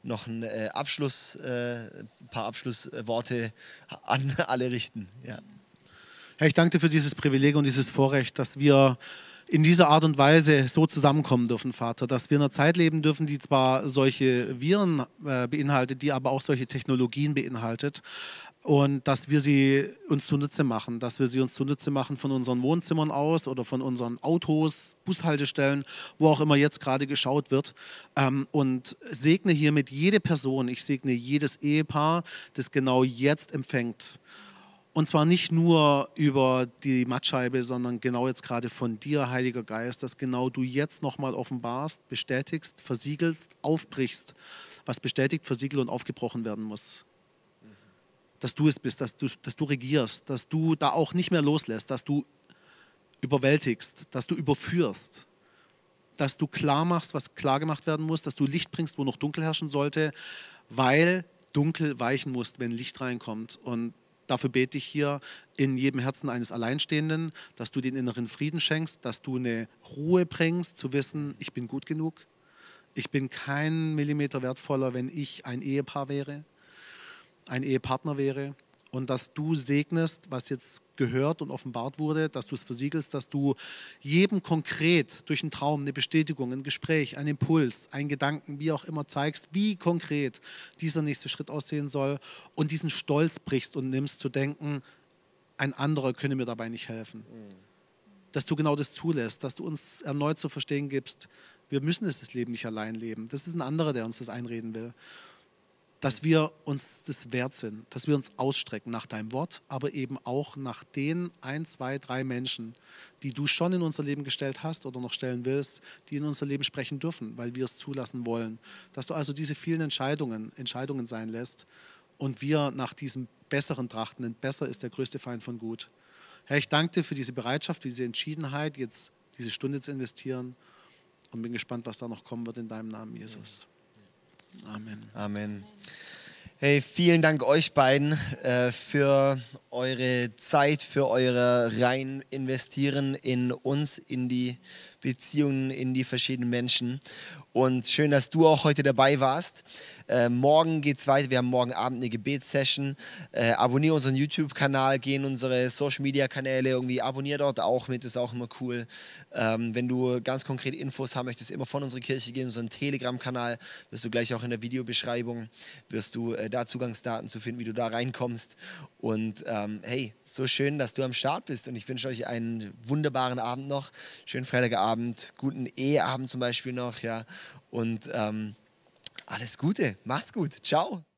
paar Abschlussworte an alle richten. Ja. Herr, ich danke dir für dieses Privileg und dieses Vorrecht, dass wir in dieser Art und Weise so zusammenkommen dürfen, Vater, dass wir in einer Zeit leben dürfen, die zwar solche Viren beinhaltet, die aber auch solche Technologien beinhaltet und dass wir sie uns zunutze machen, dass wir sie uns zunutze machen von unseren Wohnzimmern aus oder von unseren Autos, Bushaltestellen, wo auch immer jetzt gerade geschaut wird, und segne hiermit jede Person, ich segne jedes Ehepaar, das genau jetzt empfängt. Und zwar nicht nur über die Mattscheibe, sondern genau jetzt gerade von dir, Heiliger Geist, dass genau du jetzt nochmal offenbarst, bestätigst, versiegelst, aufbrichst, was bestätigt, versiegelt und aufgebrochen werden muss. Dass du es bist, dass du regierst, dass du da auch nicht mehr loslässt, dass du überwältigst, dass du überführst, dass du klar machst, was klar gemacht werden muss, dass du Licht bringst, wo noch Dunkel herrschen sollte, weil Dunkel weichen muss, wenn Licht reinkommt. Und dafür bete ich hier in jedem Herzen eines Alleinstehenden, dass du den inneren Frieden schenkst, dass du eine Ruhe bringst, zu wissen, ich bin gut genug. Ich bin kein Millimeter wertvoller, wenn ich ein Ehepaar wäre, ein Ehepartner wäre. Und dass du segnest, was jetzt gehört und offenbart wurde, dass du es versiegelst, dass du jedem konkret durch einen Traum, eine Bestätigung, ein Gespräch, einen Impuls, einen Gedanken, wie auch immer zeigst, wie konkret dieser nächste Schritt aussehen soll und diesen Stolz brichst und nimmst zu denken, ein anderer könne mir dabei nicht helfen. Dass du genau das zulässt, dass du uns erneut zu verstehen gibst, wir müssen das Leben nicht allein leben. Das ist ein anderer, der uns das einreden will. Dass wir uns das wert sind, dass wir uns ausstrecken nach deinem Wort, aber eben auch nach den 1, 2, 3 Menschen, die du schon in unser Leben gestellt hast oder noch stellen willst, die in unser Leben sprechen dürfen, weil wir es zulassen wollen. Dass du also diese vielen Entscheidungen sein lässt und wir nach diesem Besseren trachten, denn besser ist der größte Feind von gut. Herr, ich danke dir für diese Bereitschaft, für diese Entschiedenheit, jetzt diese Stunde zu investieren und bin gespannt, was da noch kommen wird in deinem Namen, Jesus. Amen. Amen. Hey, vielen Dank euch beiden für eure Zeit, für eure rein investieren in uns, in die Beziehungen, in die verschiedenen Menschen. Und schön, dass du auch heute dabei warst. Morgen geht's weiter. Wir haben morgen Abend eine Gebetssession. Abonniere unseren YouTube-Kanal, geh in unsere Social-Media-Kanäle, irgendwie abonniere dort auch mit, ist auch immer cool. Wenn du ganz konkrete Infos haben möchtest, immer von unserer Kirche gehen, unseren Telegram-Kanal, wirst du gleich auch in der Videobeschreibung, wirst du da Zugangsdaten zu finden, wie du da reinkommst. Und hey, so schön, dass du am Start bist und ich wünsche euch einen wunderbaren Abend noch, schönen Freitagabend, guten Eheabend zum Beispiel noch, ja, und alles Gute, macht's gut, ciao.